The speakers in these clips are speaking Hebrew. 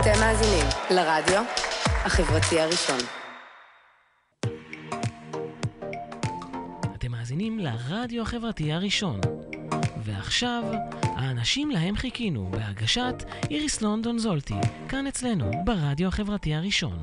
אתם מאזינים לרדיו החברתי הראשון. אתם מאזינים לרדיו החברתי הראשון. ועכשיו, האנשים להם חיכינו בהגשת איריס לונדון זולטי, כאן אצלנו ברדיו החברתי הראשון.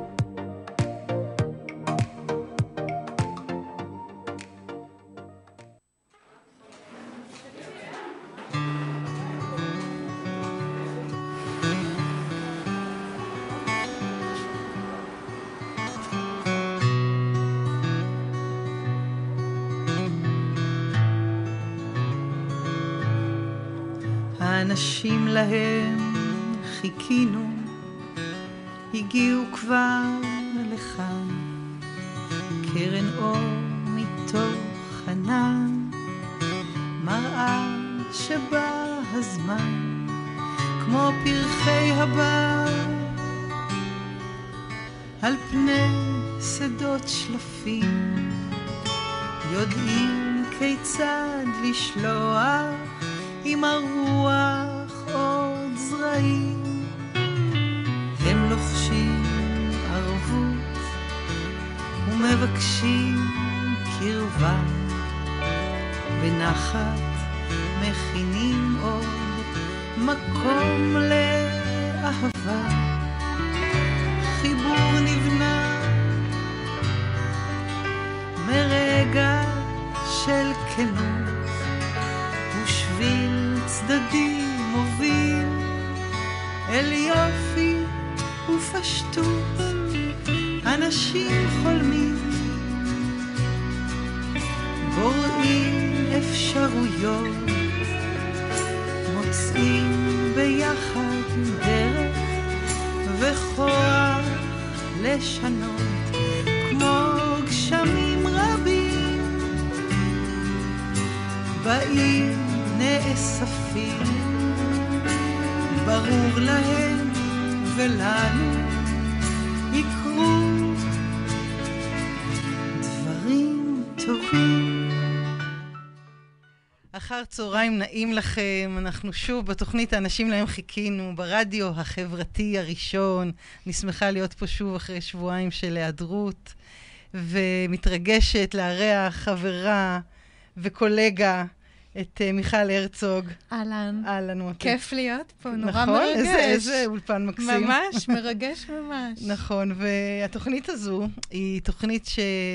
האנשים להם חיכינו, הגיעו כבר לכאן, קרן אור מתוך ענן, מראה שבא הזמן, כמו פרחי הבר, על פני שדות שלפים, יודעים כיצד לשלוח עם הרוח עוד זרעים. הם לוחשים ערבות ומבקשים קרבה, בנחת מכינים עוד מקום לאהבה. חיבור נבנה מרגע של כנות, ושביל צדדי מוביל אל יופי ופשטות. אנשים חולמים, בוראים אפשרויות, מוצאים ביחד דרך וכוח לשנות, כמו גשמים רבים באים נאספים, ברור להם ולנו יקרו דברים טובים. אחר צהריים נעים לכם, אנחנו שוב בתוכנית האנשים להם חיכינו, ברדיו החברתי הראשון. אני שמחה להיות פה שוב אחרי שבועיים של היעדרות, ומתרגשת לארח חברה וקולגה את מיכל הרצוג. אהלן. אהלן מוטי. כיף להיות פה, נורא נכון, מרגש. איזה אולפן מקסים. ממש, מרגש ממש. נכון, והתוכנית הזו היא תוכנית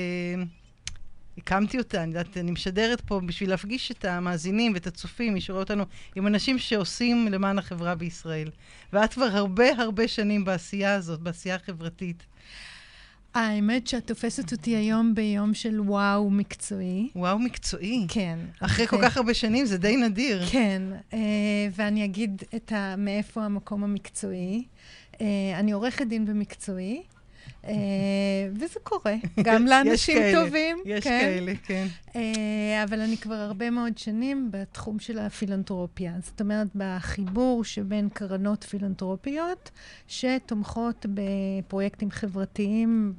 הקמתי אותה, אני משדרת פה בשביל להפגיש את המאזינים ואת הצופים, מי שרואה אותנו, עם אנשים שעושים למען החברה בישראל. ואת כבר הרבה שנים בעשייה הזאת, בעשייה החברתית. האמת שאת תופסת אותי היום ביום של וואו מקצועי. וואו מקצועי? כן. אחרי כל כך הרבה שנים, זה די נדיר. כן, ואני אגיד מאיפה המקום המקצועי. אני עורכת דין במקצועי, וזה קורה, גם לאנשים טובים. יש כאלה, כן. אבל אני כבר הרבה מאוד שנים בתחום של הפילנתרופיה. זאת אומרת, בחיבור שבין קרנות פילנתרופיות, שתומכות בפרויקטים חברתיים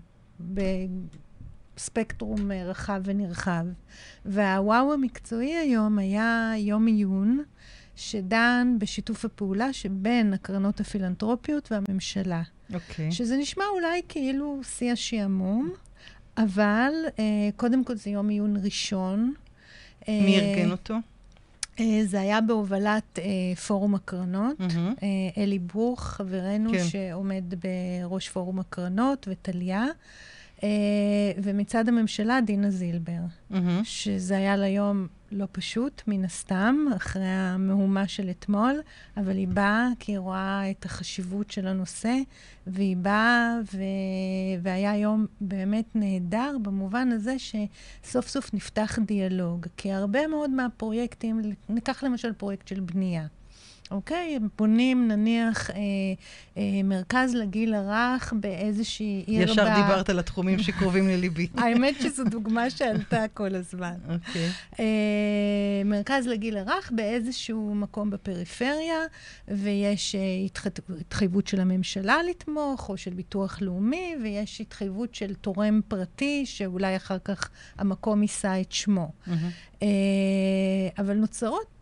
בספקטרום רחב ונרחב. והוואו המקצועי היום היה יום עיון, שדן בשיתוף הפעולה שבין הקרנות הפילנתרופיות והממשלה. אוקיי. שזה נשמע אולי כאילו שיא השעמום, אבל קודם כל זה יום עיון ראשון. מי ארגן אותו? זה היה בהובלת פורום הקרנות. אלי ברוך, חברנו שעומד בראש פורום הקרנות, וטליה. ומצד הממשלה, דינה זילבר. שזה היה ליום לא פשוט, מן הסתם, אחרי המהומה של אתמול, אבל היא באה כי היא רואה את החשיבות של הנושא, והיא באה, והיה יום באמת נהדר, במובן הזה שסוף סוף נפתח דיאלוג, כי הרבה מאוד מהפרויקטים, ניקח למשל פרויקט של בנייה, אוקיי? בונים נניח מרכז לגיל הרך באיזושהי עיר ישר דיברת על התחומים שקרובים לליבי. האמת שזו דוגמה שעלתה כל הזמן. אוקיי. מרכז לגיל הרך באיזשהו מקום בפריפריה, ויש התחייבות של הממשלה לתמוך, או של ביטוח לאומי, ויש התחייבות של תורם פרטי, שאולי אחר כך המקום יישא את שמו. אבל נוצרות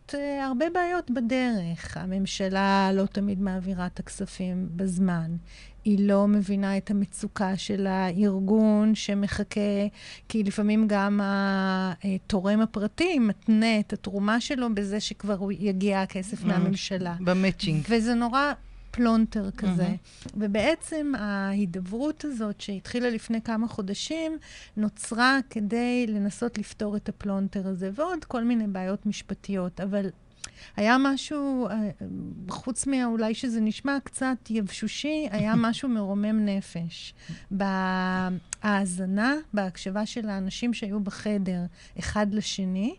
הרבה בעיות בדרך. הממשלה לא תמיד מעבירה את הכספים בזמן. היא לא מבינה את המצוקה של הארגון שמחכה, כי לפעמים גם התורם הפרטי מתנה את התרומה שלו בזה שכבר יגיע הכסף מהממשלה. במאצ'ינג. וזה נורא פלונטר כזה. ובעצם ההידברות הזאת שהתחילה לפני כמה חודשים, נוצרה כדי לנסות לפתור את הפלונטר הזה, ועוד כל מיני בעיות משפטיות. אבל היה משהו, חוץ מאולי שזה נשמע קצת יבשושי, היה משהו מרומם נפש. בהאזנה, בהקשבה של האנשים שהיו בחדר אחד לשני,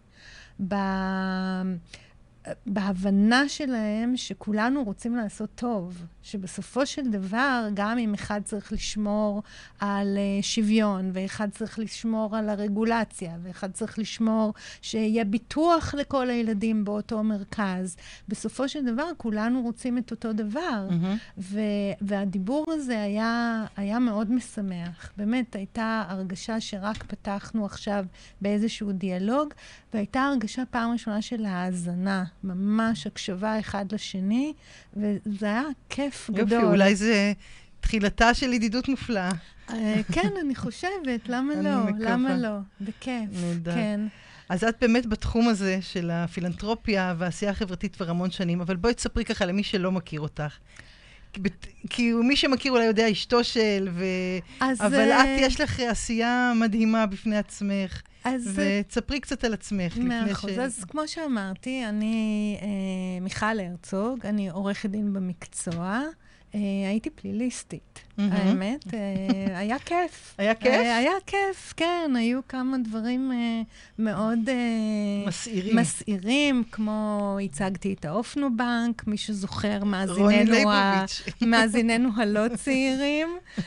בהבנה שלהם שכולנו רוצים לעשות טוב, שבסופו של דבר, גם אם אחד צריך לשמור על שוויון, ואחד צריך לשמור על הרגולציה, ואחד צריך לשמור שיהיה ביטוח לכל הילדים באותו מרכז, בסופו של דבר כולנו רוצים את אותו דבר. והדיבור הזה היה מאוד משמח. באמת הייתה הרגשה שרק פתחנו עכשיו באיזשהו דיאלוג, והייתה הרגשה פעם ראשונה של ההאזנה, ממש הקשבה אחד לשני, וזה היה כיף גדול. יופי, אולי זה תחילתה של ידידות מופלאה. כן, אני חושבת, למה לא? למה לא? בכיף, כן. אז את באמת בתחום הזה של הפילנתרופיה והעשייה החברתית כבר המון שנים, אבל בואי תספרי ככה למי שלא מכיר אותך. כי מי שמכיר אולי יודע אשתו של, אבל את יש לך עשייה מדהימה בפני עצמך. ותספרי קצת על עצמך. מאחוז, אז כמו שאמרתי, אני מיכל הרצוג, אני עורכת דין במקצוע, הייתי פליליסטית, האמת. היה כיף. היה כיף? היה כיף, כן. היו כמה דברים מאוד מסעירים, כמו הצגתי את האופנובנק, מי שזוכר מאזיננו הלא צעירים.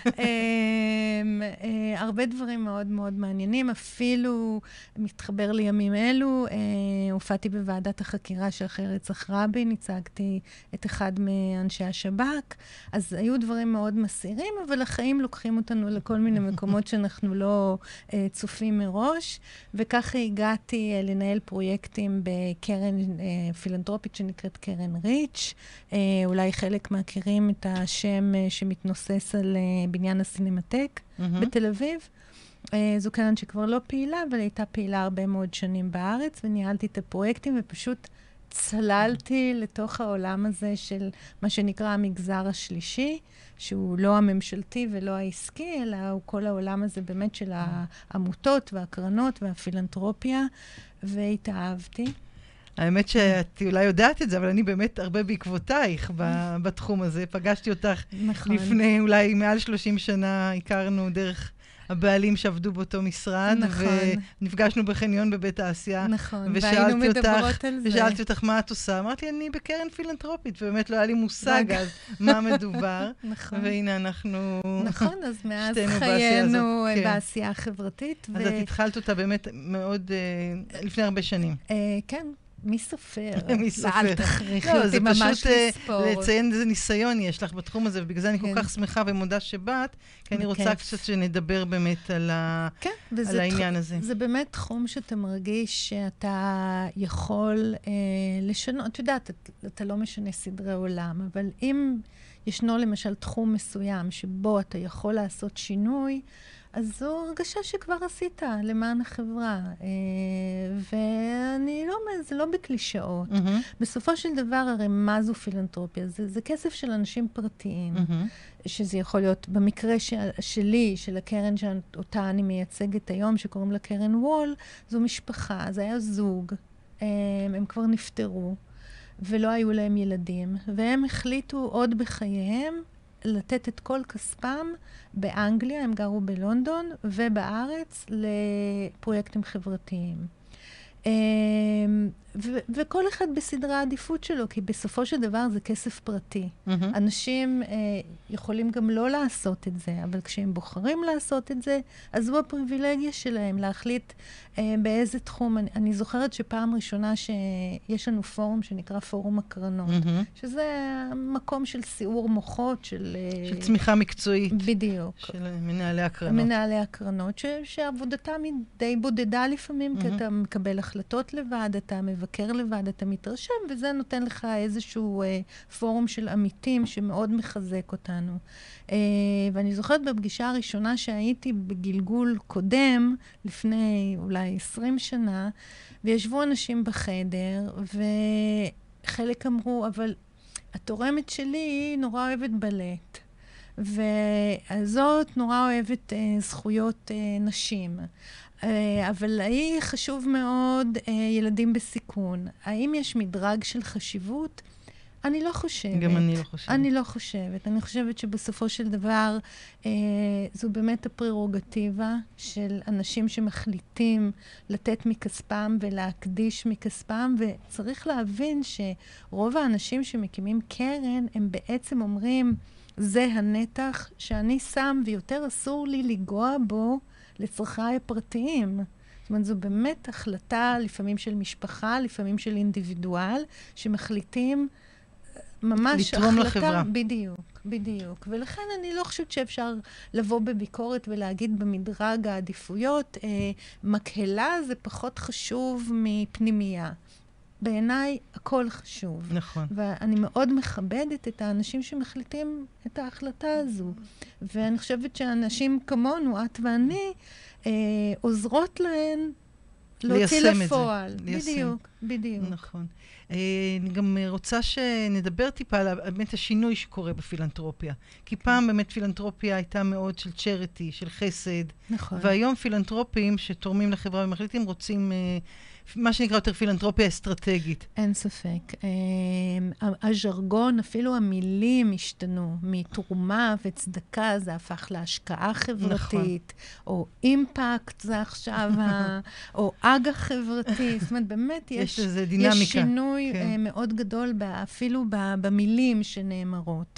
הרבה דברים מאוד מאוד מעניינים, אפילו מתחבר לימים אלו, הופעתי בוועדת החקירה של אחרי רצח רבין, הצגתי את אחד מאנשי השב"כ, אז היו דברים מאוד מסעירים, אבל החיים לוקחים אותנו לכל מיני מקומות שאנחנו לא צופים מראש, וככה הגעתי לנהל פרויקטים בקרן פילנתרופית שנקראת קרן ריץ'. אולי חלק מכירים את השם שמתנוסס על בניין הסינמטק בתל אביב. זו קרן שכבר לא פעילה, אבל הייתה פעילה הרבה מאוד שנים בארץ, וניהלתי את הפרויקטים ופשוט צללתי לתוך העולם הזה של מה שנקרא המגזר השלישי, שהוא לא הממשלתי ולא העסקי, אלא הוא כל העולם הזה באמת של העמותות והקרנות והפילנתרופיה, והתאהבתי. האמת שאת אולי יודעת את זה, אבל אני באמת הרבה בעקבותייך בתחום הזה. פגשתי אותך לפני אולי מעל 30 שנה, הכרנו דרך הבעלים שעבדו באותו משרד, ונפגשנו בחניון בבית העשייה. נכון, והיינו מדברות על זה. ושאלתי אותך מה את עושה. אמרתי, אני בקרן פילנתרופית, ובאמת לא היה לי מושג אז מה מדובר. נכון. והנה אנחנו נכון, אז מאז חיינו בעשייה החברתית. אז את התחלת אותה באמת מאוד לפני הרבה שנים. כן. מי סופר? מי סופר? אל תכריחי אותי ממש לספור. זה פשוט לציין איזה ניסיון יש לך בתחום הזה, ובגלל זה אני כל כך שמחה ומודה שבאת, כי אני רוצה קצת שנדבר באמת על העניין הזה. זה באמת תחום שאתה מרגיש שאתה יכול לשנות. אתה יודעת, אתה לא משנה סדרי עולם, אבל אם ישנו למשל תחום מסוים שבו אתה יכול לעשות שינוי, אז זו הרגשה שכבר עשית למען החברה. ואני לא אומרת, זה לא בקלישאות. בסופו של דבר, הרי מה זו פילנתרופיה? זה כסף של אנשים פרטיים, שזה יכול להיות, במקרה שלי, של הקרן שאותה אני מייצגת היום, שקוראים לה קרן וול, זו משפחה, זה היה זוג, הם כבר נפטרו, ולא היו להם ילדים, והם החליטו עוד בחייהם, לתת את כל כספם באנגליה, הם גרו בלונדון, ובארץ לפרויקטים חברתיים. וכל אחד בסדרה העדיפות שלו, כי בסופו של דבר זה כסף פרטי. אנשים יכולים גם לא לעשות את זה, אבל כשהם בוחרים לעשות את זה, אז זו הפריבילגיה שלהם להחליט באיזה תחום. אני זוכרת שפעם ראשונה שיש לנו פורום שנקרא פורום הקרנות, שזה מקום של סיעור מוחות, של צמיחה מקצועית. בדיוק. של מנהלי הקרנות. מנהלי הקרנות, שעבודתם היא די בודדה לפעמים, כי אתה מקבל החלטות לבד, אתה מבקר לבקר לבד, אתה מתרשם, וזה נותן לך איזשהו פורום של עמיתים שמאוד מחזק אותנו. ואני זוכרת בפגישה הראשונה שהייתי בגלגול קודם, לפני אולי 20 שנה, וישבו אנשים בחדר, וחלק אמרו, אבל התורמת שלי נורא אוהבת בלט. והזאת נורא אוהבת זכויות נשים. אבל היא חשוב מאוד ילדים בסיכון. האם יש מדרג של חשיבות? אני לא חושבת. גם אני לא חושבת. אני לא חושבת. אני חושבת שבסופו של דבר זו באמת הפררוגטיבה של אנשים שמחליטים לתת מכספם ולהקדיש מכספם, וצריך להבין שרוב האנשים שמקימים קרן, הם בעצם אומרים, זה הנתח שאני שם ויותר אסור לי לגוע בו לצרכיי הפרטיים. זאת אומרת, זו באמת החלטה לפעמים של משפחה, לפעמים של אינדיבידואל, שמחליטים ממש לתרום לחברה. בדיוק, בדיוק. ולכן אני לא חושבת שאפשר לבוא בביקורת ולהגיד במדרג העדיפויות, מקהלה זה פחות חשוב מפנימייה. בעיניי הכל חשוב. נכון. ואני מאוד מכבדת את האנשים שמחליטים את ההחלטה הזו. ואני חושבת שאנשים כמונו, את ואני, עוזרות להן להוציא לפועל. בדיוק, בדיוק. נכון. אני גם רוצה שנדבר טיפה על באמת השינוי שקורה בפילנטרופיה. כי פעם באמת פילנטרופיה הייתה מאוד של צ'ריטי, של חסד. נכון. והיום פילנטרופים שתורמים לחברה ומחליטים רוצים מה שנקרא יותר פילנטרופיה אסטרטגית. אין ספק. הז'רגון, אפילו המילים השתנו. מתרומה וצדקה זה הפך להשקעה חברתית, או אימפקט זה עכשיו, או אג"ח חברתי. זאת אומרת, באמת יש שינוי מאוד גדול אפילו במילים שנאמרות.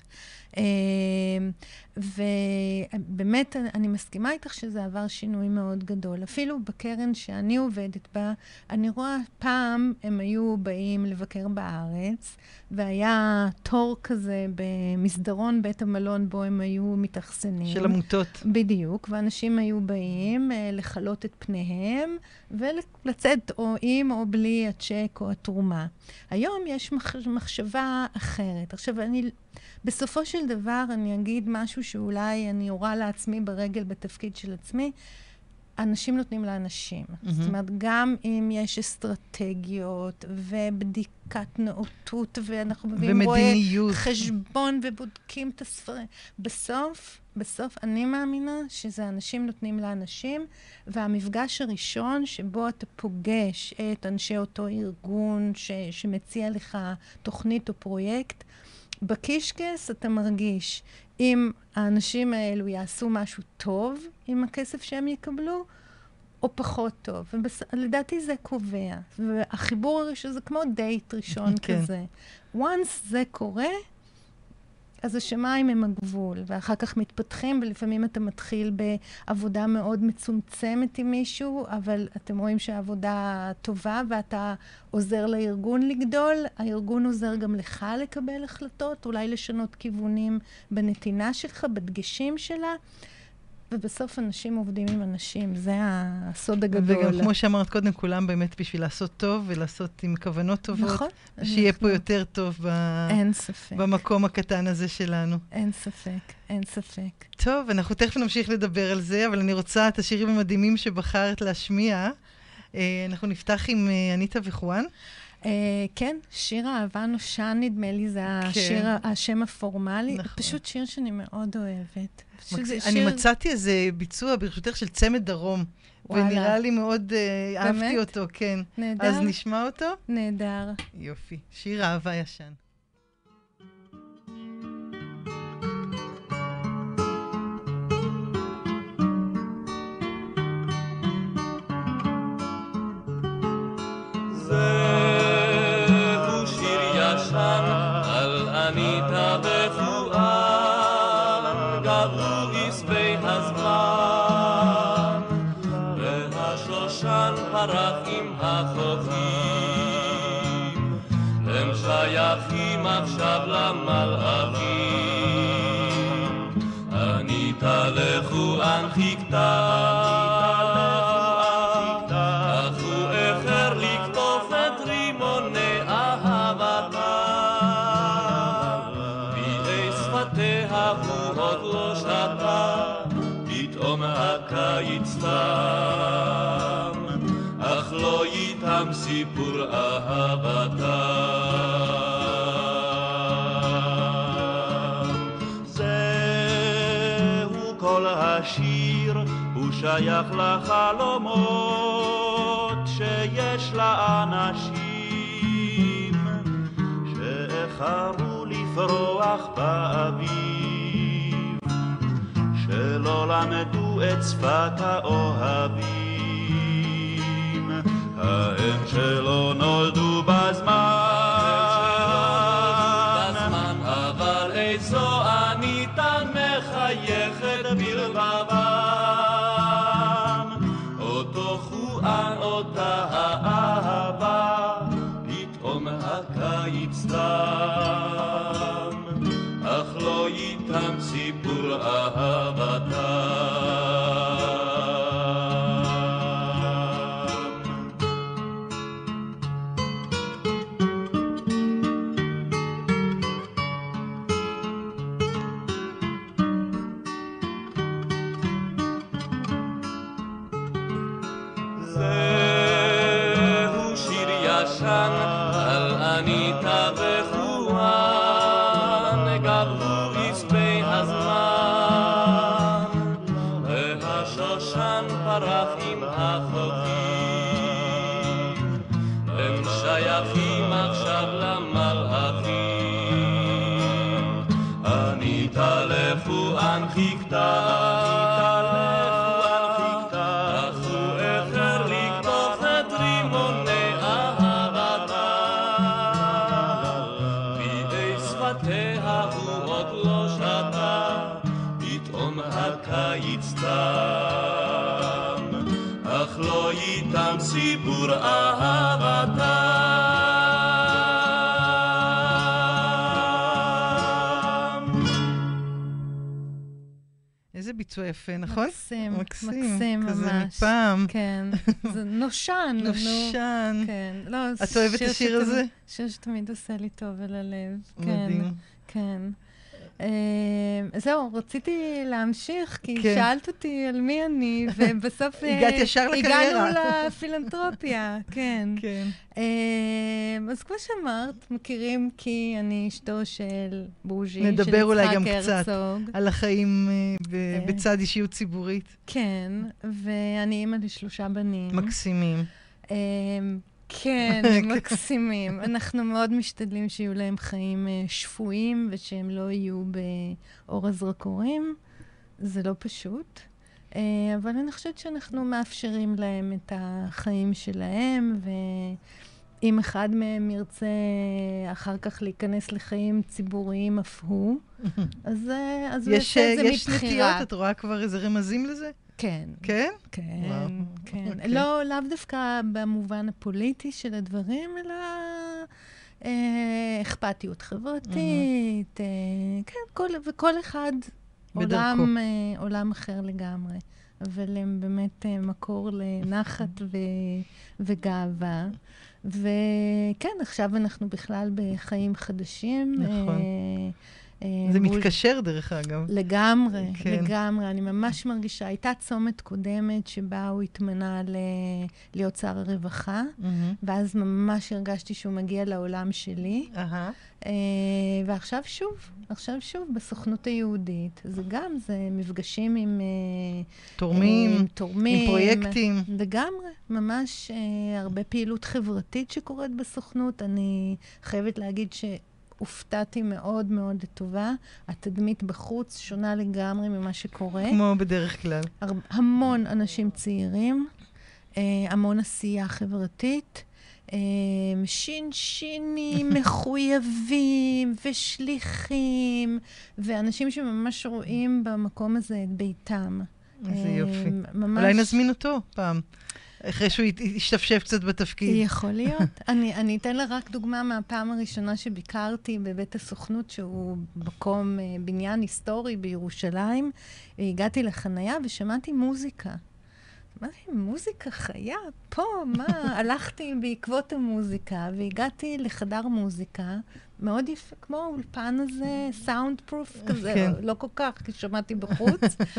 ובאמת אני מסכימה איתך שזה עבר שינוי מאוד גדול. אפילו בקרן שאני עובדת בה, אני רואה פעם הם היו באים לבקר בארץ, והיה תור כזה במסדרון בית המלון בו הם היו מתאכסנים. של עמותות. בדיוק, ואנשים היו באים לחלות את פניהם, ולצאת או עם או בלי הצ'ק או התרומה. היום יש מחשבה אחרת. עכשיו, בסופו של דבר אני אגיד משהו שאולי אני אורה לעצמי ברגל בתפקיד של עצמי, אנשים נותנים לאנשים. זאת אומרת, גם אם יש אסטרטגיות ובדיקת נאותות, ואנחנו מביאים רואה חשבון ובודקים את הספרים. בסוף אני מאמינה שזה אנשים נותנים לאנשים, והמפגש הראשון שבו אתה פוגש את אנשי אותו ארגון שמציע לך תוכנית או פרויקט, בקישקס אתה מרגיש אם האנשים האלו יעשו משהו טוב עם הכסף שהם יקבלו, או פחות טוב. לדעתי זה קובע. והחיבור הראשון זה כמו דייט ראשון כזה. once זה קורה, אז השמיים הם הגבול, ואחר כך מתפתחים, ולפעמים אתה מתחיל בעבודה מאוד מצומצמת עם מישהו, אבל אתם רואים שהעבודה טובה, ואתה עוזר לארגון לגדול, הארגון עוזר גם לך לקבל החלטות, אולי לשנות כיוונים בנתינה שלך, בדגשים שלה, ובסוף אנשים עובדים עם אנשים, זה הסוד הגדול. וגם כמו שאמרת קודם, כולם באמת בשביל לעשות טוב, ולעשות עם כוונות טובות. נכון. ושיהיה פה יותר טוב אין ספק. במקום הקטן הזה שלנו. אין ספק, אין ספק. טוב, אנחנו תכף נמשיך לדבר על זה, אבל אני רוצה את השירים המדהימים שבחרת להשמיע. אנחנו נפתח עם אניטה וחואן. כן, שיר האהבה נושן, נדמה לי, זה השם הפורמלי. פשוט שיר שאני מאוד אוהבת. אני מצאתי איזה ביצוע ברשותך של צמד דרום, ונראה לי מאוד אהבתי אותו, כן. נהדר. אז נשמע אותו? נהדר. יופי, שיר אהבה ישן. אניטה וחואן גבו עשבי הזמן והשושן פרח עם החופים הם שייכים עכשיו למלאכים אניטה לחואן חיכתה אך הוא איחר לקטוף את רימו ההוא עוד לא שתה, פתאום הקיץ תם, אך לא איתם סיפור אהבתם. זהו כל השיר, הוא שייך לחלומות שיש לאנשים שאיחרו לפרוח באביב, שלא למדו את שפת האוהבים, ההם שלא נולדו בזמן, אבל איזו עניתן מחייכת בלבבם, אותו חואן אותה האהבה, פתאום הקיץ תם, אך לא איתם סיפור אהבתם. זהו שיר ישן על אניטה וחואן, גבו עשבי הזמן, והשושן פרח עם החוקים, הם שייכים עכשיו למלאכים. אניטה לחואן חיכתה, אך לא איתם סיפור אהבתם. איזה ביצוע יפה, נכון? מקסים, מקסים ממש. כזה מפעם. כן, זה נושן. נושן. כן. לא, את אוהבת את השיר הזה? שיר שתמיד עושה לי טוב אל הלב. מדהים. כן. זהו, רציתי להמשיך, כי שאלת אותי על מי אני, ובסוף הגעת ישר לקריירה. הגענו לפילנתרופיה, כן. אז כמו שאמרת, מכירים כי אני אשתו של בוז'י, של נדבר אולי גם יצחק קצת הרצוג. על החיים בצד אישיות ציבורית. כן, ואני אימא ל3 בנים. מקסימים. כן, מקסימים. אנחנו מאוד משתדלים שיהיו להם חיים שפויים, ושהם לא יהיו באור הזרקורים. זה לא פשוט. אבל אני חושבת שאנחנו מאפשרים להם את החיים שלהם, ואם אחד מהם ירצה אחר כך להיכנס לחיים ציבוריים אף הוא, אז הוא יעשה את זה מבחירה. יש נטיות, את רואה כבר איזה רמזים לזה? כן. כן? כן, כן. לאו דווקא במובן הפוליטי של הדברים, אלא אכפתיות חברתית, כן, וכל אחד עולם אחר לגמרי. אבל הם באמת מקור לנחת וגאווה. וכן, עכשיו אנחנו בכלל בחיים חדשים. נכון. זה מתקשר דרך אגב. לגמרי, לגמרי. אני ממש מרגישה, הייתה צומת קודמת שבה הוא התמנה להיות שר הרווחה, ואז ממש הרגשתי שהוא מגיע לעולם שלי. ועכשיו שוב, בסוכנות היהודית. זה מפגשים עם תורמים, עם פרויקטים. לגמרי, ממש הרבה פעילות חברתית שקורית בסוכנות. אני חייבת להגיד הופתעתי מאוד מאוד לטובה. התדמית בחוץ שונה לגמרי ממה שקורה. כמו בדרך כלל. המון אנשים צעירים, המון עשייה חברתית, שינים מחויבים ושליחים, ואנשים שממש רואים במקום הזה את ביתם. איזה יופי. אולי נזמין אותו פעם. אחרי שהוא ישתפשף קצת בתפקיד. יכול להיות. אני אתן לה רק דוגמה מהפעם הראשונה שביקרתי בבית הסוכנות, שהוא מקום בניין היסטורי בירושלים. הגעתי לחנייה ושמעתי מוזיקה. מה עם מוזיקה חיה? פה, מה? הלכתי בעקבות המוזיקה, והגעתי לחדר מוזיקה, מאוד יפה, כמו האולפן הזה, סאונד פרוף כזה, כן. לא כל כך, כי שמעתי בחוץ.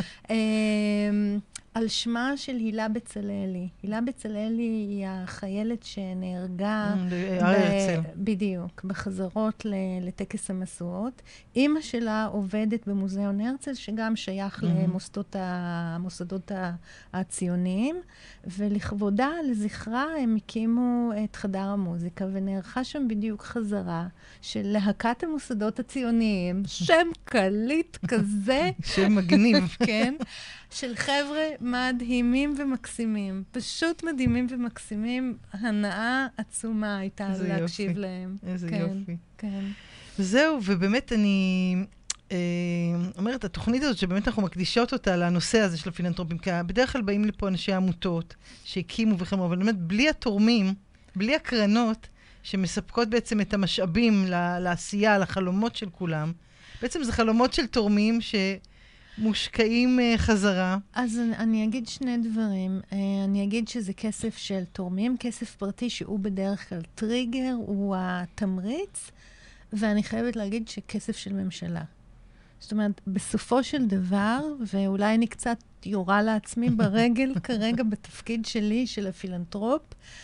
על שמה של הילה בצלאלי. הילה בצלאלי היא החיילת שנהרגה בדיוק, בחזרות לטקס המשואות. אימא שלה עובדת במוזיאון הרצל, שגם שייך למוסדות הציוניים, ולכבודה, לזכרה, הם הקימו את חדר המוזיקה, ונערכה שם בדיוק חזרה של להקת המוסדות הציוניים, שם קליט כזה. שם מגניב. כן. של חבר'ה מדהימים ומקסימים. פשוט מדהימים ומקסימים. הנאה עצומה הייתה להקשיב יופי. להם. איזה כן, יופי. כן. זהו, ובאמת אני אומרת, התוכנית הזאת שבאמת אנחנו מקדישות אותה לנושא הזה של הפילנטרופים, כי בדרך כלל באים לפה אנשי עמותות שהקימו וכמו, אבל באמת בלי התורמים, בלי הקרנות שמספקות בעצם את המשאבים לעשייה, לחלומות של כולם, בעצם זה חלומות של תורמים מושקעים חזרה. אז אני אגיד שני דברים. אני אגיד שזה כסף של תורמים, כסף פרטי שהוא בדרך כלל טריגר, הוא התמריץ, ואני חייבת להגיד שכסף של ממשלה. זאת אומרת, בסופו של דבר, ואולי אני קצת יורה לעצמי ברגל כרגע בתפקיד שלי, של הפילנטרופ,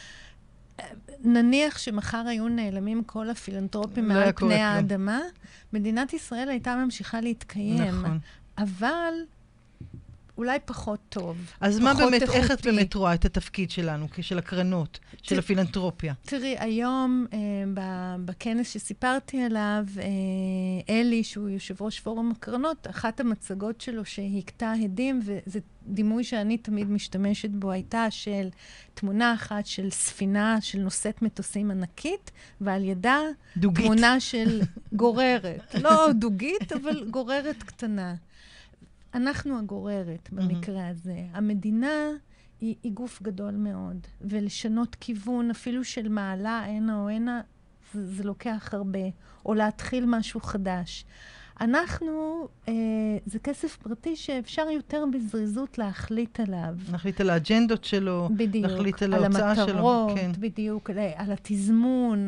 נניח שמחר היו נעלמים כל הפילנטרופים מעל פני האדמה, מדינת ישראל הייתה ממשיכה להתקיים. נכון. אבל אולי פחות טוב. אז מה באמת, איך את באמת רואה את התפקיד שלנו, של הקרנות, של הפילנטרופיה? תראי, היום בכנס שסיפרתי עליו, אלי, שהוא יושב ראש פורום הקרנות, אחת המצגות שלו שהקטה הדים, וזה דימוי שאני תמיד משתמשת בו, הייתה של תמונה אחת של ספינה של נושאת מטוסים ענקית, ועל ידה דוגית. תמונה של גוררת. לא דוגית, אבל גוררת קטנה. אנחנו הגוררת במקרה הזה. המדינה היא גוף גדול מאוד, ולשנות כיוון אפילו של מעלה, הנה או הנה, זה לוקח הרבה, או להתחיל משהו חדש. אנחנו, זה כסף פרטי שאפשר יותר בזריזות להחליט עליו. להחליט על האג'נדות שלו, בדיוק, להחליט על ההוצאה שלו. על המטרות, כן. בדיוק, על התזמון,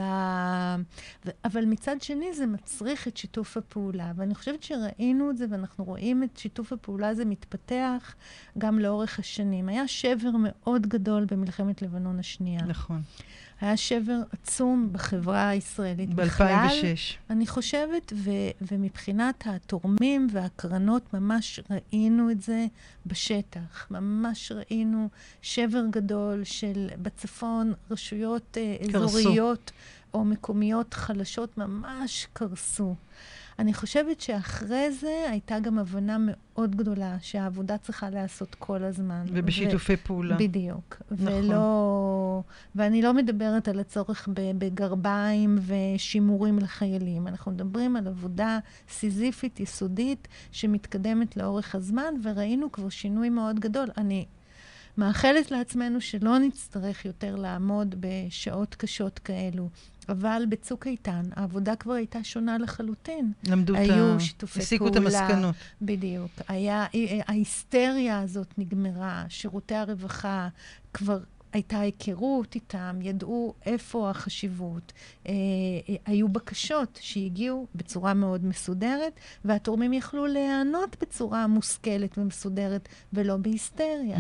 אבל מצד שני זה מצריך את שיתוף הפעולה. ואני חושבת שראינו את זה, ואנחנו רואים את שיתוף הפעולה הזה מתפתח גם לאורך השנים. היה שבר מאוד גדול במלחמת לבנון השנייה. נכון. היה שבר עצום בחברה הישראלית בכלל. ב-2006. אני חושבת, ומבחינת התורמים והקרנות, ממש ראינו את זה בשטח. ממש ראינו שבר גדול של בצפון, רשויות אזוריות או מקומיות חלשות ממש קרסו. אני חושבת שאחרי זה הייתה גם הבנה מאוד גדולה שהעבודה צריכה לעשות כל הזמן. ובשיתופי פעולה. בדיוק. נכון. ואני לא מדברת על הצורך בגרביים ושימורים לחיילים. אנחנו מדברים על עבודה סיזיפית, יסודית, שמתקדמת לאורך הזמן, וראינו כבר שינוי מאוד גדול. אני מאחלת לעצמנו שלא נצטרך יותר לעמוד בשעות קשות כאלו. אבל בצוק איתן, העבודה כבר הייתה שונה לחלוטין. למדו היו שיתופי פעולה. הסיקו את המסקנות. בדיוק. ההיסטריה הזאת נגמרה, שירותי הרווחה כבר הייתה היכרות איתם, ידעו איפה החשיבות. היו בקשות שהגיעו בצורה מאוד מסודרת, והתורמים יכלו להיענות בצורה מושכלת ומסודרת, ולא בהיסטריה.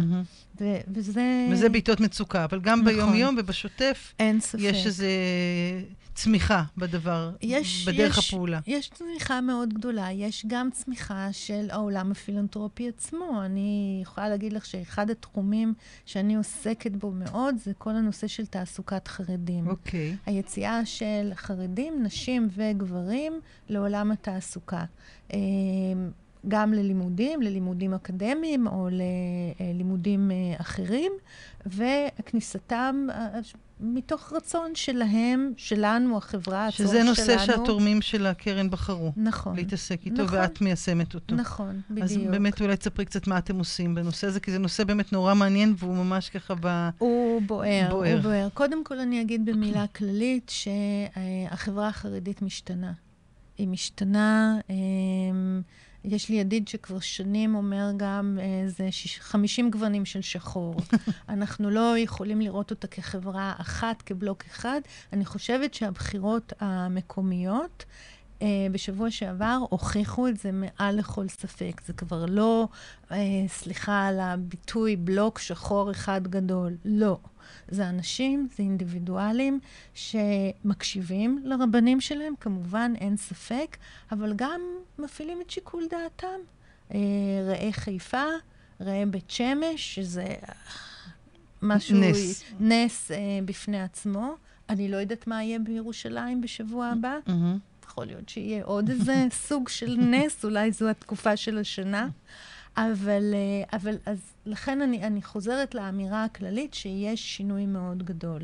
וזה בעיתות מצוקה, אבל גם נכון. ביום-יום ובשוטף, אין ספק. יש איזו צמיחה בדבר, בדרך הפעולה. יש צמיחה מאוד גדולה. יש גם צמיחה של העולם הפילנטרופי עצמו. אני יכולה להגיד לך שאחד התחומים שאני עוסקת בו מאוד, זה כל הנושא של תעסוקת חרדים. אוקיי. היציאה של חרדים, נשים וגברים לעולם התעסוקה. גם ללימודים אקדמיים או ללימודים אחרים, וכניסתם מתוך רצון שלהם, שלנו, החברה, הצורך שלנו. שזה נושא שהתורמים של הקרן בחרו. נכון. להתעסק איתו, נכון. ואת מיישמת אותו. נכון, בדיוק. אז באמת אולי תספרי קצת מה אתם עושים בנושא הזה, כי זה נושא באמת נורא מעניין, והוא ממש ככה הוא בוער. קודם כל אני אגיד במילה כללית, שהחברה החרדית משתנה. היא משתנה יש לי ידיד שכבר שנים אומר גם, זה 50 גוונים של שחור. אנחנו לא יכולים לראות אותה כחברה אחת, כבלוק אחד. אני חושבת שהבחירות המקומיות, בשבוע שעבר הוכיחו את זה מעל לכל ספק. זה כבר לא, סליחה על הביטוי, בלוק שחור אחד גדול. לא. זה אנשים, זה אינדיבידואלים שמקשיבים לרבנים שלהם, כמובן אין ספק, אבל גם מפעילים את שיקול דעתם. ראה חיפה, ראה בית שמש, שזה משהו, נס בפני עצמו. אני לא יודעת מה יהיה בירושלים בשבוע הבא. יכול להיות שיהיה עוד איזה סוג של נס, אולי זו התקופה של השנה. אבל אז לכן אני חוזרת לאמירה הכללית שיש שינוי מאוד גדול.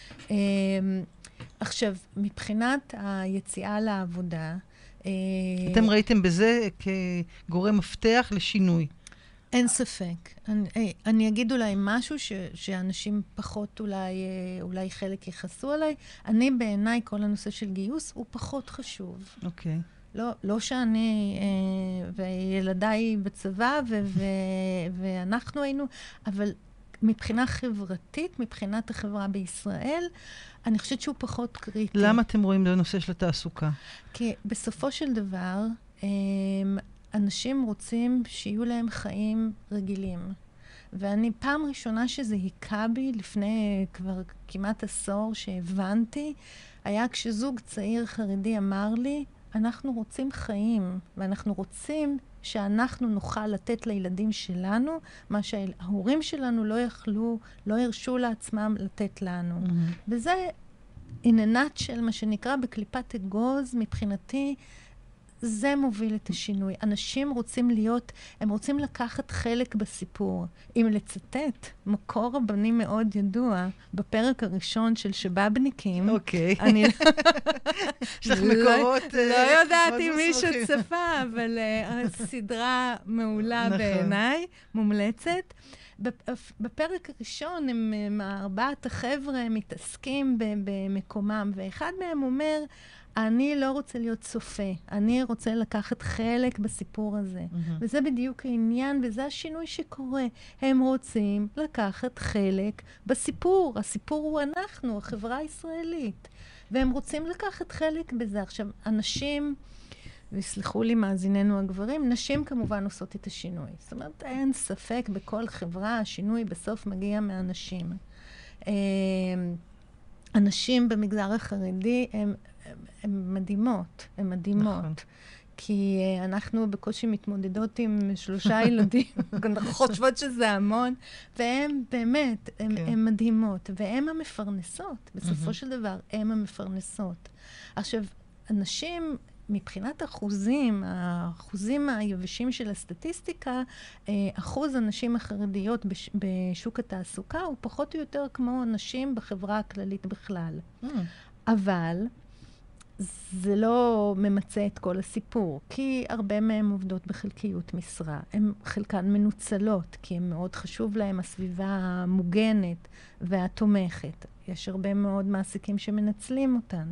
עכשיו, מבחינת היציאה לעבודה... אתם ראיתם בזה כגורם מפתח לשינוי. אין ספק. אני אגיד אולי משהו שאנשים פחות אולי חלק יחסו עליי. אני בעיניי כל הנושא של גיוס הוא פחות חשוב. אוקיי. לא שאני וילדיי בצבא ואנחנו היינו, אבל מבחינה חברתית, מבחינת החברה בישראל, אני חושבת שהוא פחות קריטי. למה אתם רואים בנושא של התעסוקה? כי בסופו של דבר, אנשים רוצים שיהיו להם חיים רגילים. ואני פעם ראשונה שזה היכה בי, לפני כבר כמעט עשור שהבנתי, היה כשזוג צעיר חרדי אמר לי, אנחנו רוצים חיים, ואנחנו רוצים שאנחנו נוכל לתת לילדים שלנו, מה שההורים שלנו לא הרשו לעצמם לתת לנו. וזה עיננת של מה שנקרא בקליפת אגוז, מבחינתי, זה מוביל את השינוי. אנשים רוצים הם רוצים לקחת חלק בסיפור. אם לצטט, מקור רבני מאוד ידוע, בפרק הראשון של שבאבניקים. אוקיי. יש לך מקורות לא יודעת אם מישהו צפה, אבל הסדרה מעולה בעיניי, מומלצת. בפרק הראשון, ארבעת החבר'ה מתעסקים במקומם, ואחד מהם אומר, אני לא רוצה להיות צופה, אני רוצה לקחת חלק בסיפור הזה. וזה בדיוק העניין, וזה השינוי שקורה. הם רוצים לקחת חלק בסיפור. הסיפור הוא אנחנו, החברה הישראלית. והם רוצים לקחת חלק בזה. עכשיו, אנשים, ויסלחו לי מאזיננו הגברים, נשים כמובן עושות את השינוי. זאת אומרת, אין ספק בכל חברה, השינוי בסוף מגיע מהנשים. הנשים במגזר החרדי הן מדהימות, הן מדהימות. נכון. כי אנחנו בקושי מתמודדות עם 3 ילדים, אנחנו חושבות שזה המון, והן באמת, הן מדהימות, והן המפרנסות, בסופו של דבר, הן המפרנסות. עכשיו, אנשים, מבחינת האחוזים היבשים של הסטטיסטיקה, אחוז הנשים החרדיות בשוק התעסוקה הוא פחות או יותר כמו נשים בחברה הכללית בכלל. אבל זה לא ממצא את כל הסיפור, כי הרבה מהן עובדות בחלקיות משרה. הן חלקן מנוצלות, כי הן מאוד חשוב להן הסביבה המוגנת והתומכת. יש הרבה מאוד מעסיקים שמנצלים אותן.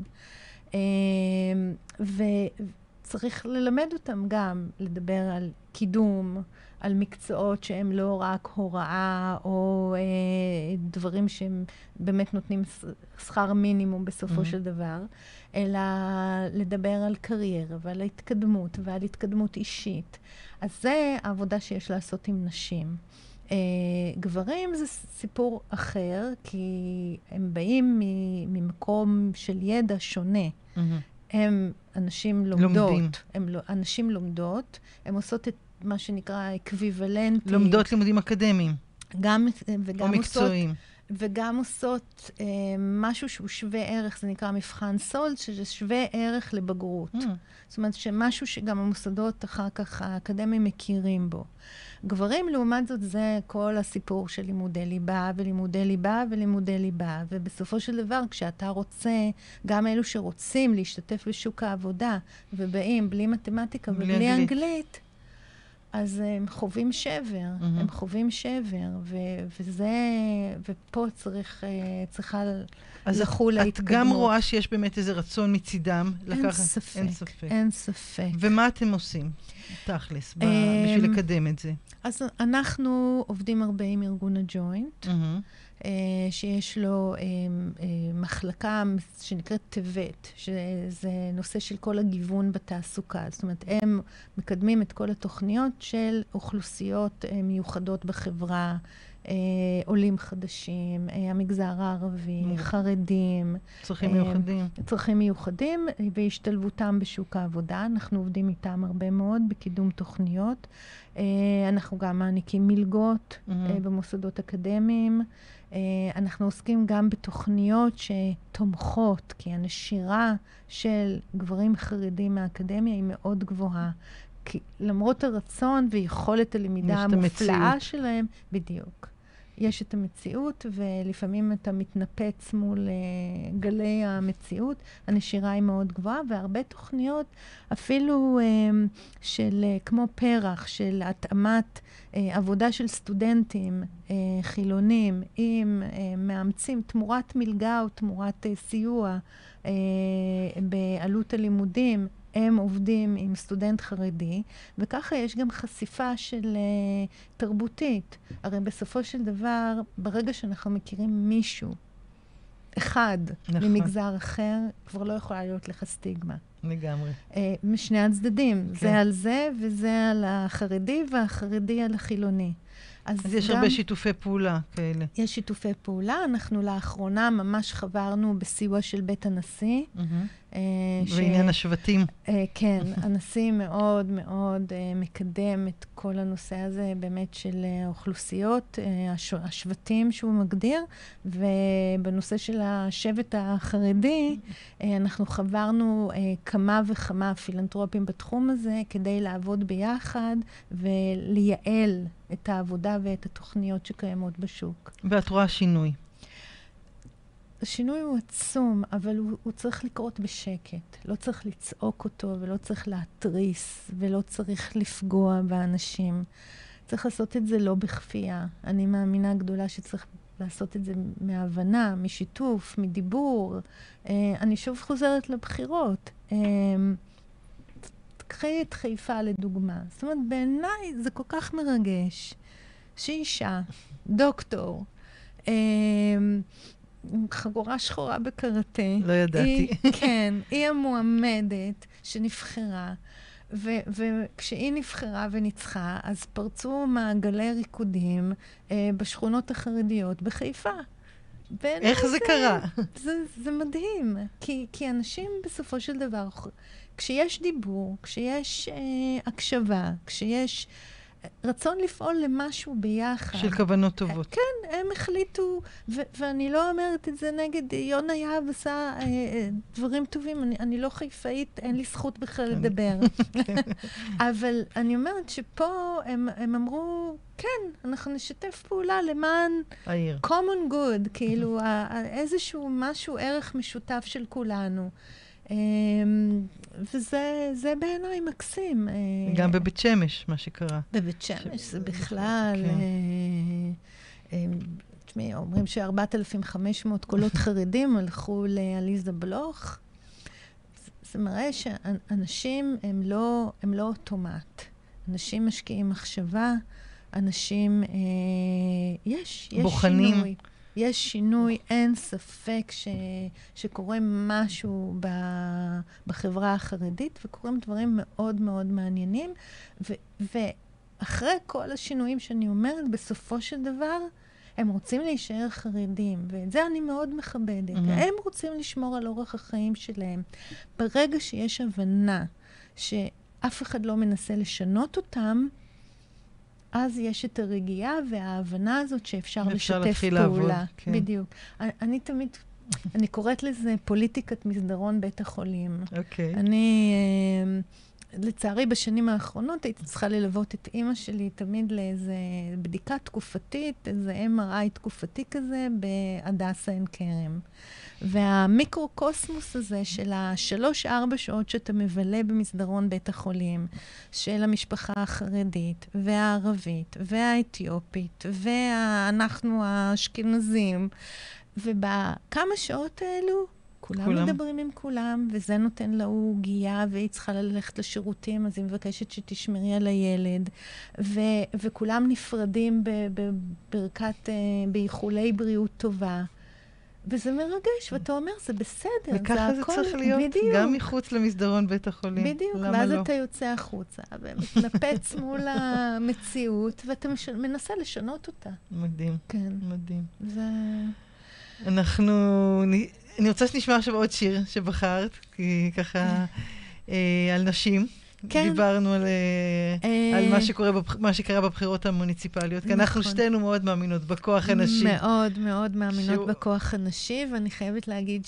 וצריך ללמד אותם גם לדבר על קידום, על מקצועות שהם לא רק הוראה או דברים שהם באמת נותנים שכר מינימום בסופו של דבר, אלא לדבר על קריירה ועל ההתקדמות ועל התקדמות אישית. אז זה העבודה שיש לעשות עם נשים. גברים זה סיפור אחר, כי הם באים ממקום של ידע שונה. הם אנשים לומדות. אנשים לומדות, הם עושות את מה שנקרא אקוויוולנטי. לומדות לימודים אקדמיים. או מקצועיים. וגם עושות משהו שהוא שווה ערך, זה נקרא מבחן סולד, שזה שווה ערך לבגרות. זאת אומרת, שמשהו שגם המוסדות אחר כך האקדמיים מכירים בו. גברים, לעומת זאת, זה כל הסיפור של לימודי ליבה, ולימודי ליבה, ולימודי ליבה. ובסופו של דבר, כשאתה רוצה, גם אלו שרוצים להשתתף בשוק העבודה, ובאים בלי מתמטיקה ובלי אנגלית, אז הם חווים שבר, הם חווים שבר, ופה צריכה... לחול ההתקדמות. את גם רואה שיש באמת איזה רצון מצידם לקחת? אין ספק. אין ספק. ומה אתם עושים, תכלס, בשביל לקדם את זה? אז אנחנו עובדים הרבה עם ארגון הג'וינט, שיש לו מחלקה שנקראת טבת, שזה נושא של כל הגיוון בתעסוקה. זאת אומרת, הם מקדמים את כל התוכניות של אוכלוסיות מיוחדות בחברה, עולים חדשים, המגזר הערבי, חרדים. צרכים מיוחדים. צרכים מיוחדים, והשתלבותם בשוק העבודה. אנחנו עובדים איתם הרבה מאוד בקידום תוכניות. אנחנו גם מעניקים מלגות במוסדות אקדמיים. אנחנו עוסקים גם בתוכניות שתומכות, כי הנשירה של גברים חרדים מהאקדמיה היא מאוד גבוהה. כי למרות הרצון ויכולת הלמידה המופלאה שלהם, בדיוק. יש את המציאות, ולפעמים אתה מתנפץ מול גלי המציאות. הנשירה היא מאוד גבוהה, והרבה תוכניות, אפילו של כמו פרח, של התאמת עבודה של סטודנטים חילונים, עם מאמצים תמורת מלגה או תמורת סיוע בעלות הלימודים, הם עובדים עם סטודנט חרדי, וככה יש גם חשיפה של תרבותית. הרי בסופו של דבר, ברגע שאנחנו מכירים מישהו, אחד, ממגזר אחר, כבר לא יכולה להיות לך סטיגמה. לגמרי. משני הצדדים. כן. זה על זה, וזה על החרדי, והחרדי על החילוני. אז יש הרבה שיתופי פעולה כאלה. יש שיתופי פעולה. אנחנו לאחרונה ממש חברנו בסיוע של בית הנשיא. בעניין השבטים. כן, הנשיא מאוד מאוד מקדם את כל הנושא הזה באמת של אוכלוסיות, השבטים שהוא מגדיר, ובנושא של השבט החרדי, אנחנו חברנו כמה וכמה פילנטרופים בתחום הזה, כדי לעבוד ביחד ולייעל את העבודה ואת התוכניות שקיימות בשוק. ואת רואה שינוי? השינוי הוא עצום, אבל הוא צריך לקרות בשקט. לא צריך לצעוק אותו, ולא צריך להתריס, ולא צריך לפגוע באנשים. צריך לעשות את זה לא בכפייה. אני מאמינה גדולה שצריך לעשות את זה מהבנה, משיתוף, מדיבור. אני שוב חוזרת לבחירות. קחי את חיפה לדוגמה. זאת אומרת, בעיניי זה כל כך מרגש שאישה, דוקטור, חגורה שחורה בקראטה. לא ידעתי. כן, היא המועמדת שנבחרה, וכשהיא נבחרה וניצחה, אז פרצו מעגלי ריקודים בשכונות החרדיות בחיפה. איך זה קרה? זה מדהים, כי אנשים בסופו של דבר, כשיש דיבור, כשיש הקשבה, כשיש רצון לפעול למשהו ביחד. של כוונות טובות. כן, הם החליטו, ואני לא אומרת את זה נגד, יונה יהב עשה דברים טובים, אני לא חיפאית, אין לי זכות בכלל לדבר. אבל אני אומרת שפה הם אמרו, כן, אנחנו נשתף פעולה למען העיר. common good, כאילו איזשהו משהו, ערך משותף של כולנו. וזה בעיניי מקסים. גם בבית שמש, מה שקרה. בבית שמש, זה בכלל... תשמעי, אומרים ש4,500 קולות חרדים הלכו לעליזה בלוך. זה מראה שאנשים הם לא אוטומט. אנשים משקיעים מחשבה, אנשים... יש בוחנים. שינוי. יש שינוי, אין ספק שקורה משהו בחברה החרדית, וקורים דברים מאוד מאוד מעניינים. ואחרי כל השינויים שאני אומרת, בסופו של דבר, הם רוצים להישאר חרדים, ואת זה אני מאוד מכבדת. הם רוצים לשמור על אורח החיים שלהם. ברגע שיש הבנה שאף אחד לא מנסה לשנות אותם, אז יש את הרגיעה וההבנה הזאת שאפשר לשתף פעולה. לעבוד, כן. בדיוק. אני תמיד, אני קוראת לזה פוליטיקת מסדרון בית החולים. אוקיי. אני, לצערי, בשנים האחרונות הייתי צריכה ללוות את אימא שלי תמיד לאיזה בדיקה תקופתית, איזה MRI תקופתי כזה, בהדסה עין כרם. והמיקרוקוסמוס הזה של 3-4 שעות שאתה מבלה במסדרון בית החולים, של המשפחה החרדית, והערבית, והאתיופית, ואנחנו האשכנזים, ובכמה שעות האלו, כולם מדברים עם כולם, וזה נותן להוא גייה, והיא צריכה ללכת לשירותים, אז היא מבקשת שתשמרי על הילד, וכולם נפרדים בברכת, באיחולי בריאות טובה. וזה מרגש, ואתה אומר, זה בסדר, וככה זה צריך להיות, בדיוק. גם מחוץ למסדרון בית החולים. בדיוק, ואז אתה יוצא החוצה, ומתנפץ מול המציאות, ואתה מנסה לשנות אותה. מדהים, כן. מדהים. אני רוצה שנשמע עכשיו עוד שיר שבחרת, כי ככה, על נשים. כן. דיברנו על מה שקרה בבחירות המוניציפליות, כי אנחנו שתינו מאוד מאמינות בכוח הנשי. מאוד מאוד מאמינות בכוח הנשי, ואני חייבת להגיד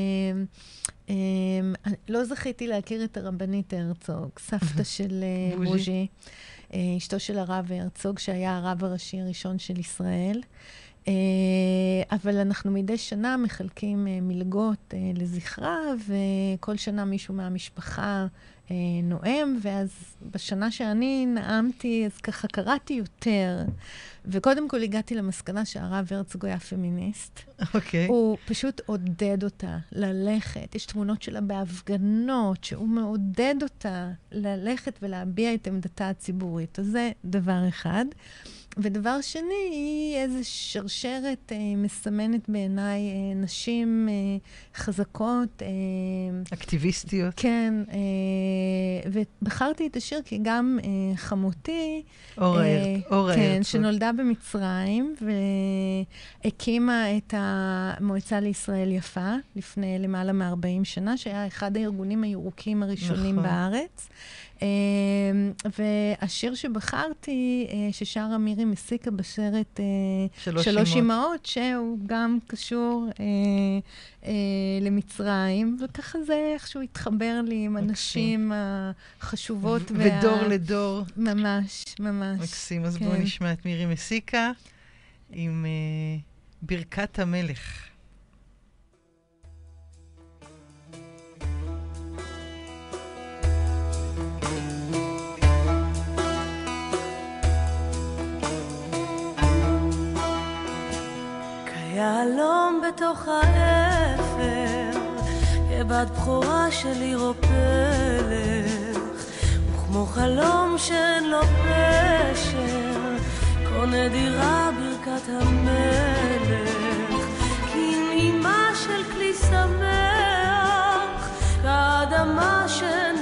לא זכיתי להכיר את הרבנית הרצוג, סבתא של בוז'י, אשתו של הרב הרצוג, שהיה הרב הראשי הראשון של ישראל. אבל אנחנו מדי שנה מחלקים מלגות לזכרה, וכל שנה מישהו מהמשפחה נואם, ואז בשנה שאני נאמתי, אז ככה קראתי יותר, וקודם כל הגעתי למסקנה שהרב הרצוג היה פמיניסט. אוקיי. הוא פשוט עודד אותה ללכת. יש תמונות שלה בהפגנות, שהוא מעודד אותה ללכת ולהביע את עמדתה הציבורית. אז זה דבר אחד. ודבר שני, היא איזו שרשרת מסמנת בעיניי נשים חזקות. אקטיביסטיות. כן, ובחרתי את השיר כי גם חמותי, כן, שנולדה במצרים, והקימה את המועצה לישראל יפה, לפני למעלה מ-40 שנה, שהיה אחד הארגונים הירוקים הראשונים בארץ. והשיר שבחרתי, ששרה מירי מסיקה בסרט שלוש אמהות, שהוא גם קשור למצרים, וככה זה איכשהו התחבר לי עם הנשים החשובות. ודור לדור. ממש, ממש. מקסים, אז בואו נשמע את מירי מסיקה עם ברכת המלך. יעלום בתוך האפר, כבת בחורה שלי רופלך, וכמו חלום שאין לו פשר, קונה דירה ברכת המלך, כי נעימה של כלי שמח, כאדמה שאין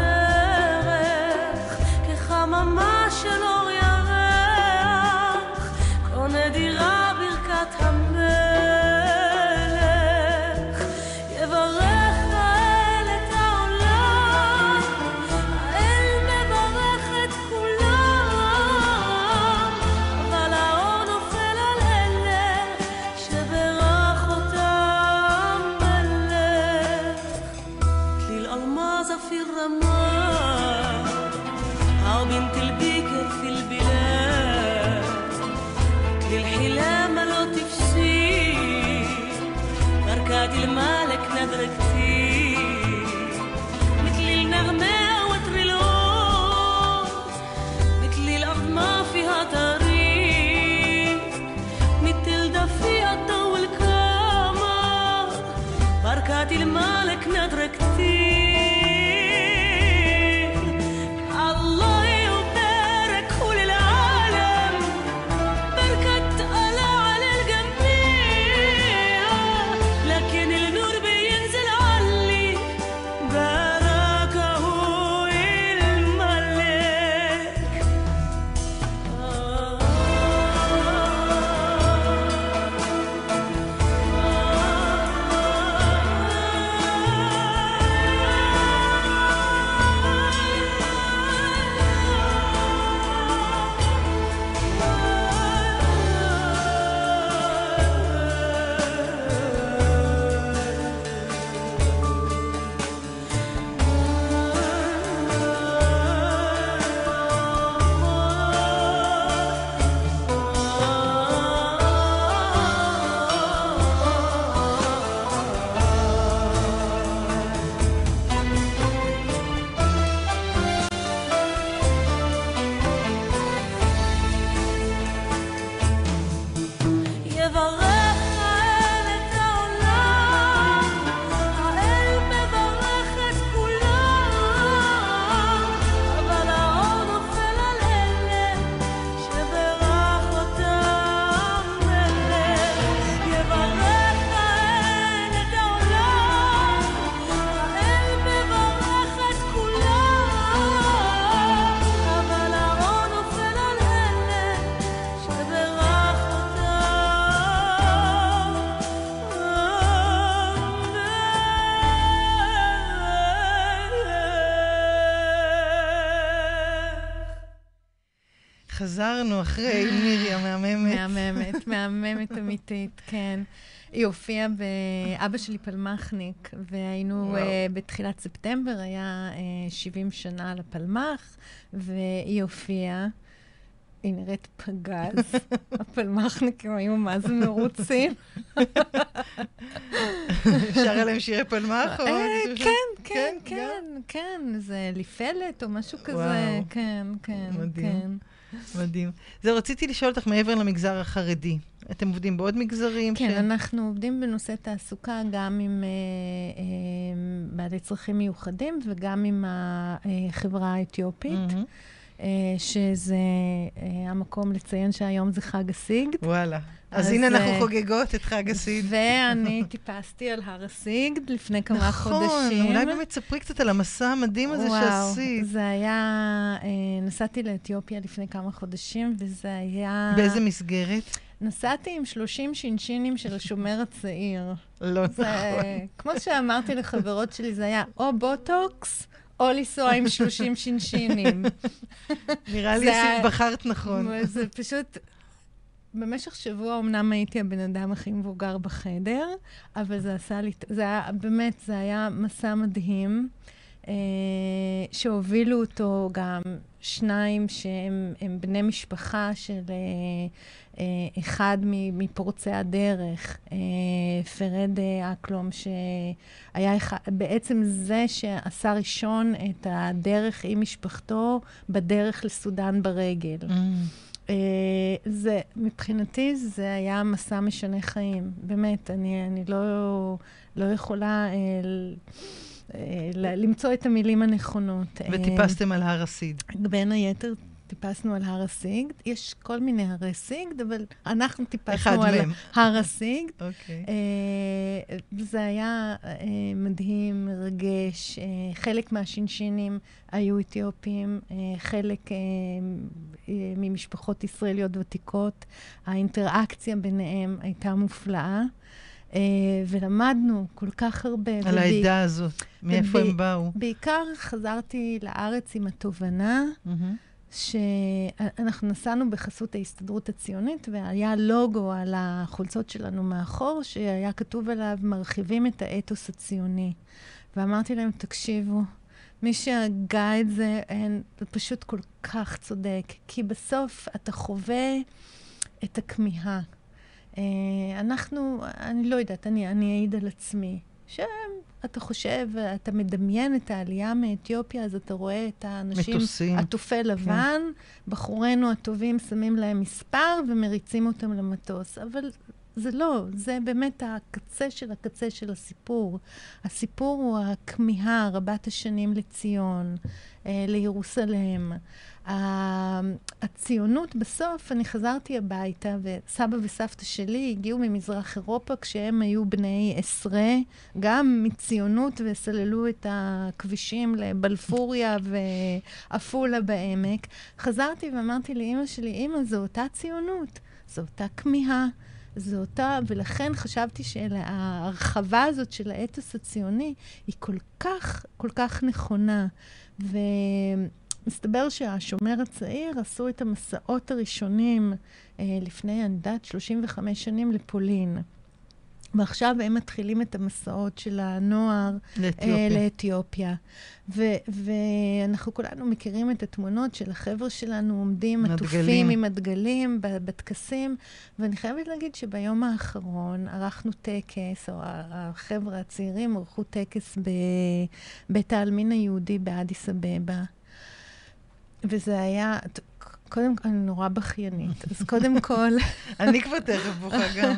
בדרך, כחממה של אור ירח, קונה דירה ברכת המלך. المالك نظرة كتير مثل النغمة وتريلوز مثل الأرض ما فيها طريق مثل دفيها الضوء القمر بركات المالك نظرة كتير الله يبارك كل العالم بركة الله على الجميع لكن النور بينزل חזרנו אחרי מירי המהממת. מהממת אמיתית, כן. היא הופיעה באבא שלי פלמחניק, והיינו בתחילת ספטמבר, היה 70 שנה לפלמח, והיא הופיעה. היא נראית פגז. הפלמחניקים היו מה זה מרוצים. אפשר עליהם שירי פלמח? כן. זה ליפלת או משהו כזה. כן. מדהים. זהו, רציתי לשאול אותך מעבר למגזר החרדי. אתם עובדים בעוד מגזרים? כן, אנחנו עובדים בנושא תעסוקה גם עם בעלי צרכים מיוחדים וגם עם החברה האתיופית. שזה המקום לציין שהיום זה חג הסיגד. וואלה. אז הנה אנחנו חוגגות את חג הסיגד. ואני טיפסתי על הר הסיגד לפני כמה חודשים. נכון, אולי באמת ספרי קצת על המסע המדהים הזה שעשית. וואו, זה היה... נסעתי לאתיופיה לפני כמה חודשים, וזה היה... באיזה מסגרת? נסעתי עם 30 שינשינים של השומר הצעיר. לא נכון. כמו שאמרתי לחברות שלי, זה היה או בוטוקס, או לנסוע עם 30 שינשינים. נראה לי בחרת נכון. זה פשוט... במשך שבוע אמנם הייתי הבן אדם הכי מבוגר בחדר, אבל זה עשה לי... זה היה, באמת, זה היה מסע מדהים, שהובילו אותו גם שניים שהם בני משפחה של אחד מפורצי הדרך, פרד אקלום, שהיה בעצם זה שעשה ראשון את הדרך עם משפחתו בדרך לסודן ברגל. זה, מבחינתי זה היה מסע משנה חיים. באמת, אני לא יכולה למצוא את המילים הנכונות. וטיפסתם על הר הסיגד. בין היתר טיפסנו על הר הסיגד. יש כל מיני הרי סיגד, אבל אנחנו טיפסנו על הר הסיגד. זה היה מדהים, מרגש. חלק מהשינשינים היו אתיופים, חלק ממשפחות ישראליות ותיקות. האינטראקציה ביניהם הייתה מופלאה. ולמדנו כל כך הרבה. על העדה הזאת, מאיפה הם באו? בעיקר חזרתי לארץ עם התובנה שאנחנו נסענו בחסות ההסתדרות הציונית, והיה לוגו על החולצות שלנו מאחור, שהיה כתוב עליו, מרחיבים את האתוס הציוני. ואמרתי להם, תקשיבו, מי שהגה את זה, פשוט כל כך צודק, כי בסוף אתה חווה את הכמיהה. אני לא יודעת, אני אעיד על עצמי, שאתה חושב, אתה מדמיין את העלייה מאתיופיה, אז אתה רואה את האנשים עטופי לבן, בחורינו הטובים שמים להם מספר ומריצים אותם למטוס, אבל זה לא, זה באמת הקצה של הסיפור. הסיפור הוא הכמיהה רבת השנים לציון, לירוסלם. הציונות בסוף, אני חזרתי הביתה, וסבא וסבתא שלי הגיעו ממזרח אירופה כשהם היו בני 10, גם מציונות, וסללו את הכבישים לבלפוריה ואפולה בעמק. חזרתי ואמרתי לאמא שלי, אמא, זו אותה ציונות, זו אותה כמיהה. זו אותה, ולכן חשבתי שההרחבה הזאת של האתוס הציוני היא כל כך נכונה. ומסתבר שהשומר הצעיר עשו את המסעות הראשונים לפני, אני יודעת, 35 שנים לפולין. ועכשיו הם מתחילים את המסעות של הנוער לאתיופיה. ואנחנו כולנו מכירים את התמונות של החבר'ה שלנו עומדים עטופים עם הדגלים בטקסים, ואני חייבת להגיד שביום האחרון ערכנו טקס, או החבר'ה הצעירים ערכו טקס בבית העלמין היהודי באדיס אבבה. וזה היה... קודם כל, אני נורא בכיינית. אז קודם כל... אני כבר תכף בוכה גם.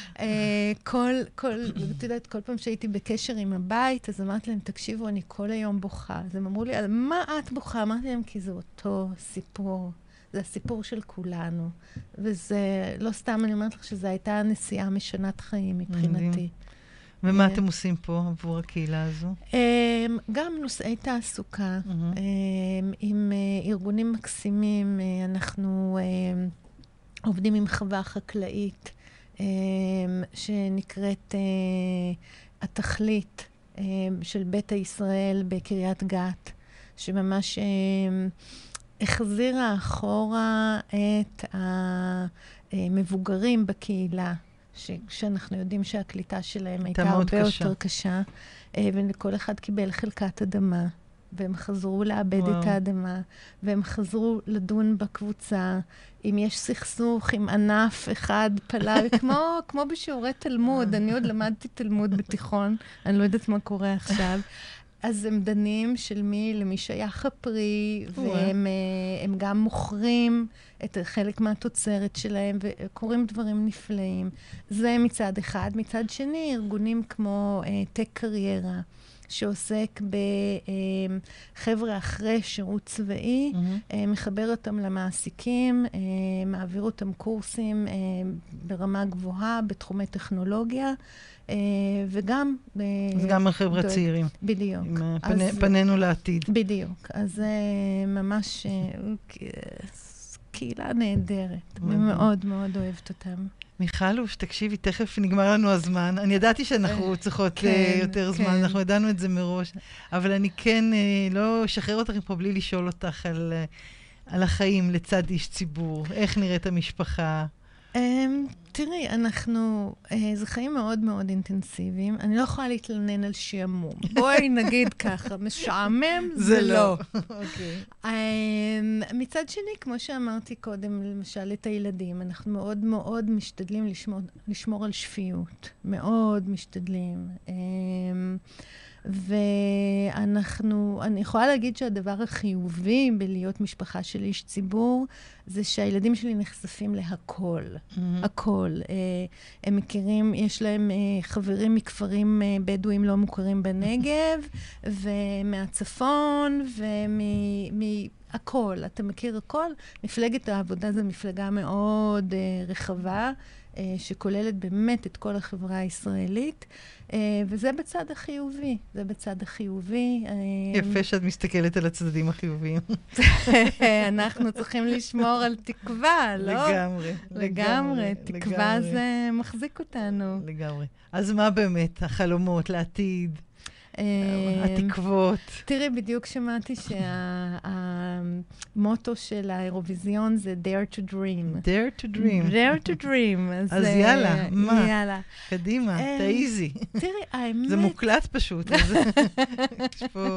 את יודעת, כל פעם שהייתי בקשר עם הבית, אז אמרתי להם, תקשיבו, אני כל היום בוכה. אז הם אמרו לי, מה את בוכה? אמרתי להם, כי זה אותו סיפור. זה הסיפור של כולנו. וזה, לא סתם אני אומרת לך, שזו הייתה נסיעה משנת חיים מבחינתי. ומה אתם עושים פה עבור הקהילה הזו? גם נושאי תעסוקה, עם ארגונים מקסימים. אנחנו עובדים עם חווה חקלאית שנקראת התכלית של בית הישראל בקריית גת, שממש החזירה אחורה את המבוגרים בקהילה, שאנחנו יודעים שהקליטה שלהם הייתה הרבה יותר קשה, ולכל אחד קיבל חלקת אדמה, והם חזרו לאבד את האדמה, והם חזרו לדון בקבוצה. אם יש סכסוך עם ענף אחד פלא, כמו בשיעורי תלמוד, אני עוד למדתי תלמוד בתיכון, אני לא יודעת מה קורה עכשיו. אז הם דנים של למי שייך הפרי, והם גם מוכרים את חלק מהתוצרת שלהם, וקוראים דברים נפלאים. זה מצד אחד. מצד שני, ארגונים כמו טק קריירה, שעוסק בחבר'ה אחרי שירות צבאי, מחבר אותם למעסיקים, מעביר אותם קורסים ברמה גבוהה, בתחומי טכנולוגיה, וגם... אז גם החבר'ה צעירים. בדיוק. פנינו לעתיד. בדיוק. אז זה ממש קהילה נהדרת. אני מאוד מאוד אוהבת אותם. מיכלוש, תקשיבי, תכף נגמר לנו הזמן. אני ידעתי שאנחנו צריכות יותר זמן, אנחנו ידענו את זה מראש, אבל אני כן לא אשחרר אותך פה בלי לשאול אותך על החיים לצד איש ציבור. איך נראית המשפחה? תראי, זה חיים מאוד מאוד אינטנסיביים. אני לא יכולה להתלונן על שעמום. בואי נגיד ככה, משעמם זה לא. מצד שני, כמו שאמרתי קודם, למשל את הילדים, אנחנו מאוד מאוד משתדלים לשמור על שפיות. מאוד משתדלים. אני יכולה להגיד שהדבר החיובי בלהיות משפחה של איש ציבור, זה שהילדים שלי נחשפים להכל. הכל. הם מכירים, יש להם חברים מכפרים בדואים לא מוכרים בנגב, ומהצפון, הכל. אתה מכיר הכל? מפלגת העבודה זו מפלגה מאוד רחבה, שכוללת באמת את כל החברה הישראלית, וזה בצד החיובי. זה בצד החיובי. יפה שאת מסתכלת על הצדדים החיוביים. אנחנו צריכים לשמור על תקווה, לא? לגמרי. לגמרי. תקווה זה מחזיק אותנו. לגמרי. אז מה באמת החלומות לעתיד? התקוות. תראי, בדיוק שמעתי שהמוטו של האירוויזיון זה Dare to Dream. Dare to Dream. Dare to Dream. אז יאללה, מה? יאללה. קדימה, תעיזי. תראי, האמת... זה מוקלט פשוט. יש פה...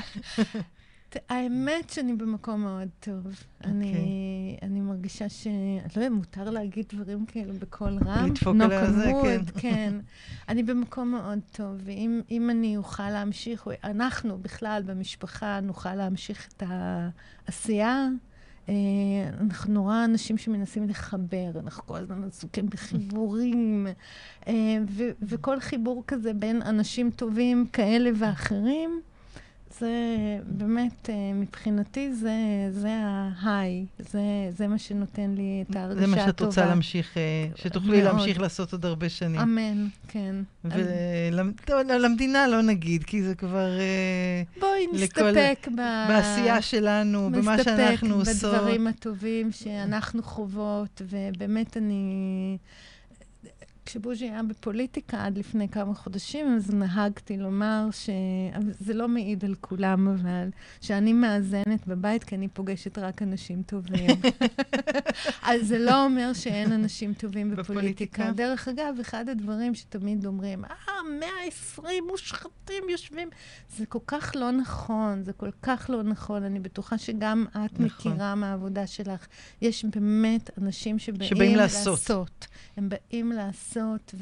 האמת שאני במקום מאוד טוב. אני מרגישה לא יודע, מותר להגיד דברים כאלו בקול רם. לדפוק על זה, כן. כן. אני במקום מאוד טוב, ואם אני אוכל להמשיך, אנחנו בכלל במשפחה נוכל להמשיך את העשייה, אנחנו נורא אנשים שמנסים לחבר, אנחנו כל הזמן עסוקים בחיבורים, וכל חיבור כזה בין אנשים טובים כאלה ואחרים, זה באמת, מבחינתי, זה ההיי. זה מה שנותן לי את ההרגשה הטובה. זה מה שאת רוצה להמשיך, שתוכלי להמשיך לעשות עוד הרבה שנים. אמן, כן. ולמדינה לא נגיד, כי זה כבר... בואי נסתפק בעשייה שלנו, במה שאנחנו עושות. נסתפק בדברים הטובים שאנחנו חוות, ובאמת אני... כשבוז'י היה בפוליטיקה עד לפני כמה חודשים, אז נהגתי לומר זה לא מעיד על כולם, אבל שאני מאזנת בבית, כי אני פוגשת רק אנשים טובים. אז זה לא אומר שאין אנשים טובים בפוליטיקה. דרך אגב, אחד הדברים שתמיד אומרים, 120 מושחתים יושבים, זה כל כך לא נכון, זה כל כך לא נכון. אני בטוחה שגם את מכירה מהעבודה שלך. יש באמת אנשים שבאים לעשות. הם באים לעשות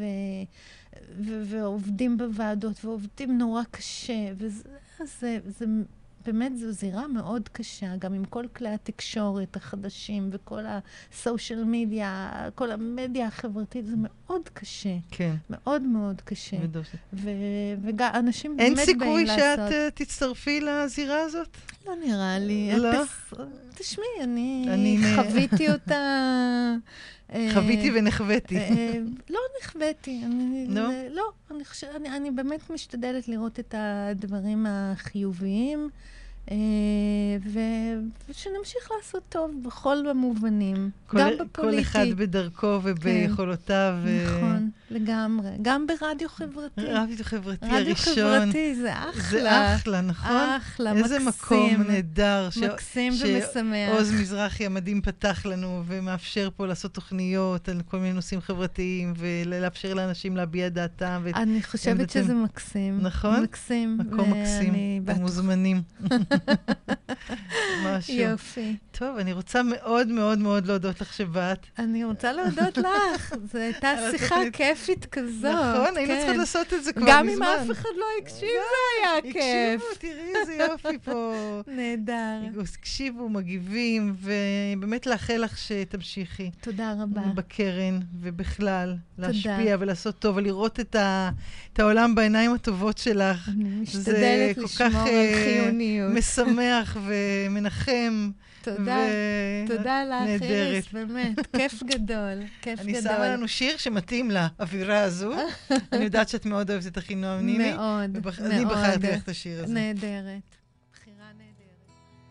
ועובדים בוועדות, ועובדים נורא קשה, וזה באמת זו זירה מאוד קשה, גם עם כל כלי התקשורת החדשים, וכל הסושיאל מדיה, כל המדיה החברתית, זה מאוד קשה. כן. מאוד מאוד קשה. ואנשים באמת באים לעשות. אין סיכוי שאת תצטרפי לזירה הזאת? לא נראה לי. לא? תשמעי, אני חוויתי אותה... חוויתי ונחוויתי. לא נחוויתי. לא, אני באמת משתדלת לראות את הדברים החיוביים, ושנמשיך לעשות טוב בכל המובנים, גם בפוליטי. כל אחד בדרכו וביכולותיו. נכון. לגמרי. גם ברדיו חברתי. רדיו חברתי הראשון. רדיו חברתי, זה אחלה. זה אחלה, נכון? אחלה, מקסים. איזה מקום נהדר. מקסים ומשמח. שעוז מזרחי המדהים פתח לנו, ומאפשר פה לעשות תוכניות על כל מיני נושאים חברתיים, ולאפשר לאנשים להביע דעתם. אני חושבת שזה מקסים. נכון? מקסים. מקום מקסים. אתם מוזמנים. משהו. יופי. טוב, אני רוצה מאוד מאוד מאוד להודות לך שבאת. אני רוצה להודות לך. זו הייתה שיחה כיפית כזאת. נכון, היינו צריכים לעשות את זה כבר מזמן. גם אם אף אחד לא הקשיב, זה היה כיף. הקשיבו, תראי איזה יופי פה. נהדר. הקשיבו, מגיבים, ובאמת לאחל לך שתמשיכי. תודה רבה. בקרן, ובכלל, להשפיע ולעשות טוב, ולראות את העולם בעיניים הטובות שלך. אני משתדלת לשמור על חיוניות. משמח ומנחם. תודה לך, איריס, באמת, כיף גדול, כיף גדול. אני שמה לנו שיר שמתאים לאווירה הזו. אני יודעת שאת מאוד אוהבת את אחינועם ניני. מאוד, מאוד. אני בחרתי לך את השיר הזה. נהדרת. בחירה נהדרת.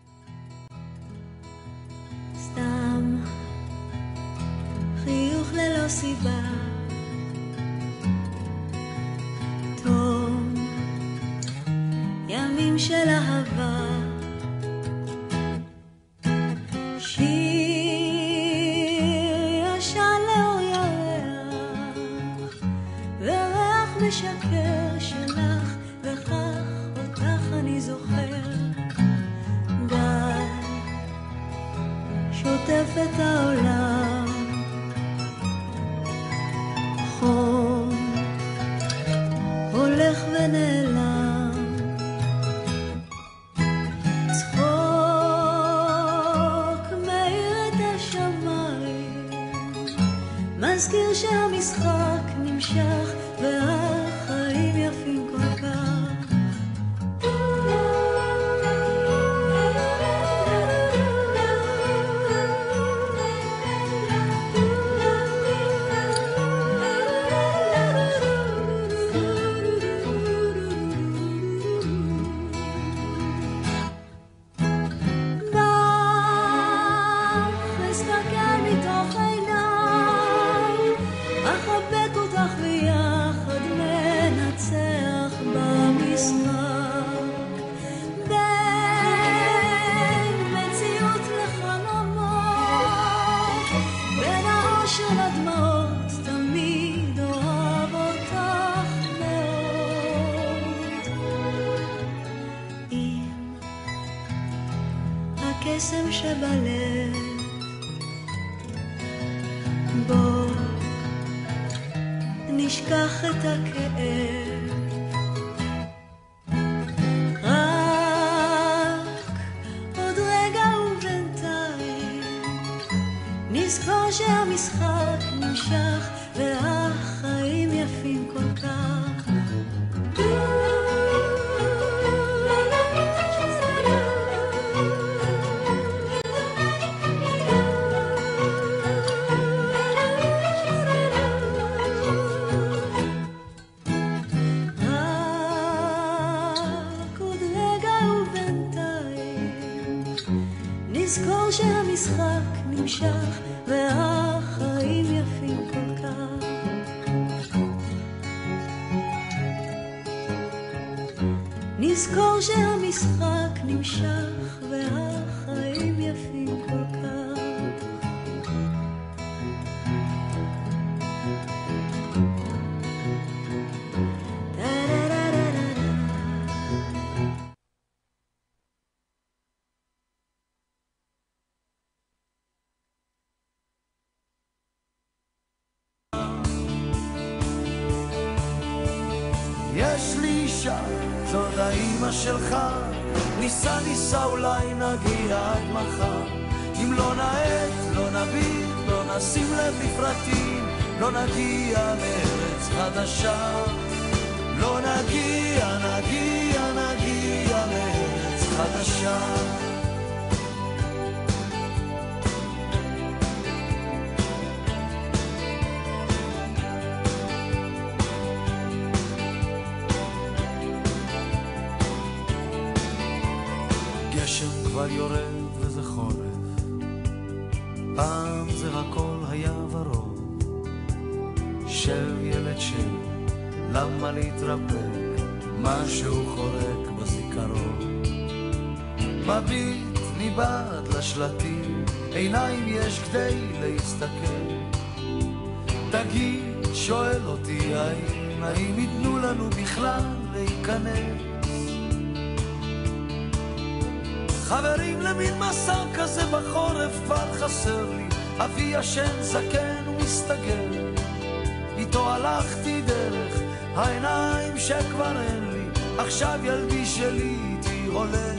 סתם חיוך ללא סיבה, תום ימים של אהבה, שיר ישן לאור ירח, וריח משקר שלך, וכך אותך אני זוכר. גל שוטף את העולם, חום הולך ונעלם, מזכיר שהמשחק נמשך והחיים יפים כל כך. הקסם שבלב, בוא נשכח את הכאב, רק עוד רגע ובינתיים נזכור שהמשחק נמשך והחיים יפים כל כך. נזכור שהמשחק נמשך והחיים יפים כל כך. נזכור שהמשחק נמשך והחיים יפים כל כך. יש לי אישה, זאת האמא שלך, ניסה אולי נגיע עד מחר. אם לא נעט, לא נביט, לא נשים לב לפרטים, לא נגיע לארץ חדשה. לא נגיע לארץ חדשה. גשם כבר יורד וזה חורף, פעם זה הכל היה ורוד, של ילד האמת למה להתרפק, משהו חורק בזיכרון. מביט מבעד לשלטים, עיניים יש כדי להסתכל. תגיד, שואל אותי האם ייתנו לנו בכלל להיכנס. חברים, למין מסע כזה בחורף כבר חסר לי. אבי ישן זקן ומסתגר, איתו הלכתי דרך העיניים שכבר אין לי. עכשיו ילדי שלי איתי הולך,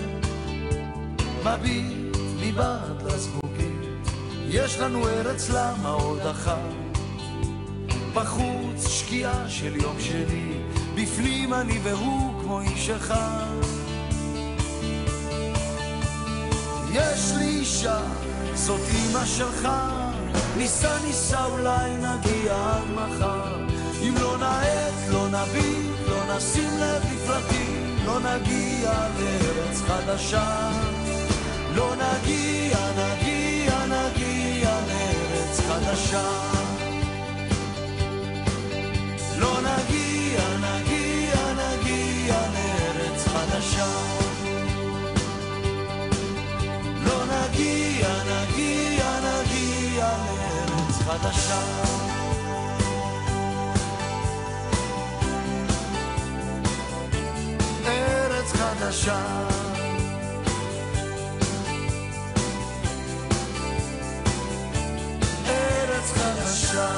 מביט מבעד לזגוגית. יש לנו ארץ, למה עוד אחת? בחוץ שקיעה של יום שני, בפנים אני והוא כמו איש אחד. יש לי אישה, זאת אמא שלך, ניסה אולי נגיע עד מחר. אם לא נעט, לא נביט, לא נשים לב לפרטים, לא נגיע לארץ חדשה. לא נגיע לארץ חדשה. לא נגיע לארץ חדשה. לא נגיע לארץ חדשה. ארץ חדשה. ארץ חדשה.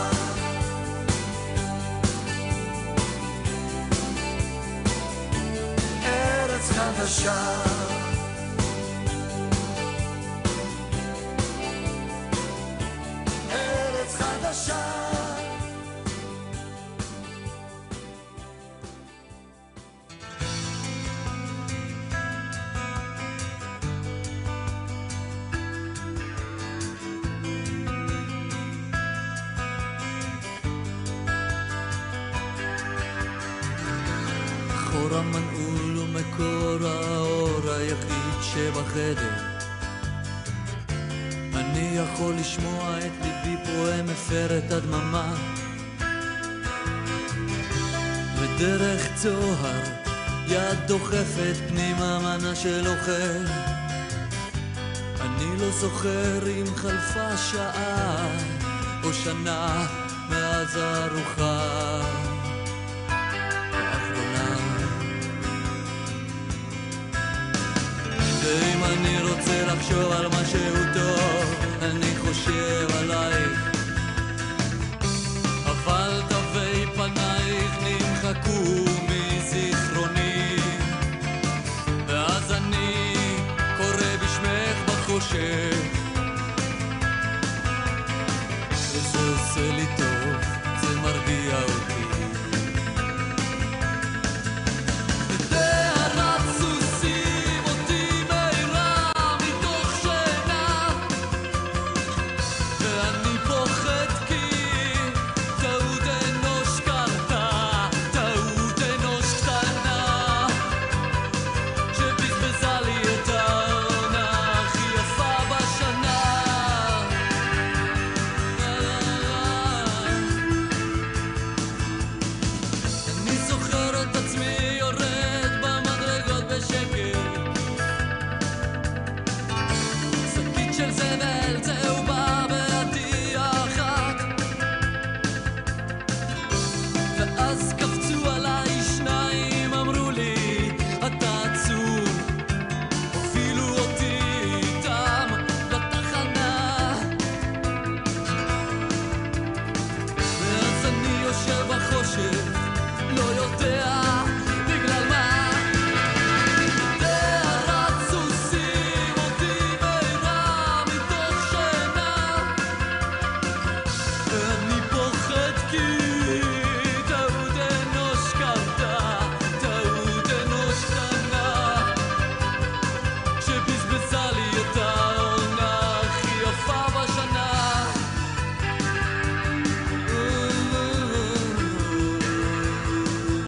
ארץ חדשה. ארץ חדשה. חור המנעול ומקור האור היחיד שבחדר. אני יכול לשמוע את ליבי פועם מפר את הדממה, ודרך צוהר יד דוחפת פנימה מנה של אוכל. אני לא זוכר אם חלפה שעה או שנה מאז הארוחה האחרונה. ואם אני רוצה לחשוב על משהו טוב, אני חושב עלייך, אבל תווי פנייך נמחקו מזיכרוני, ואז אני קורא בשמך בחושך, וזה עושה לי טוב.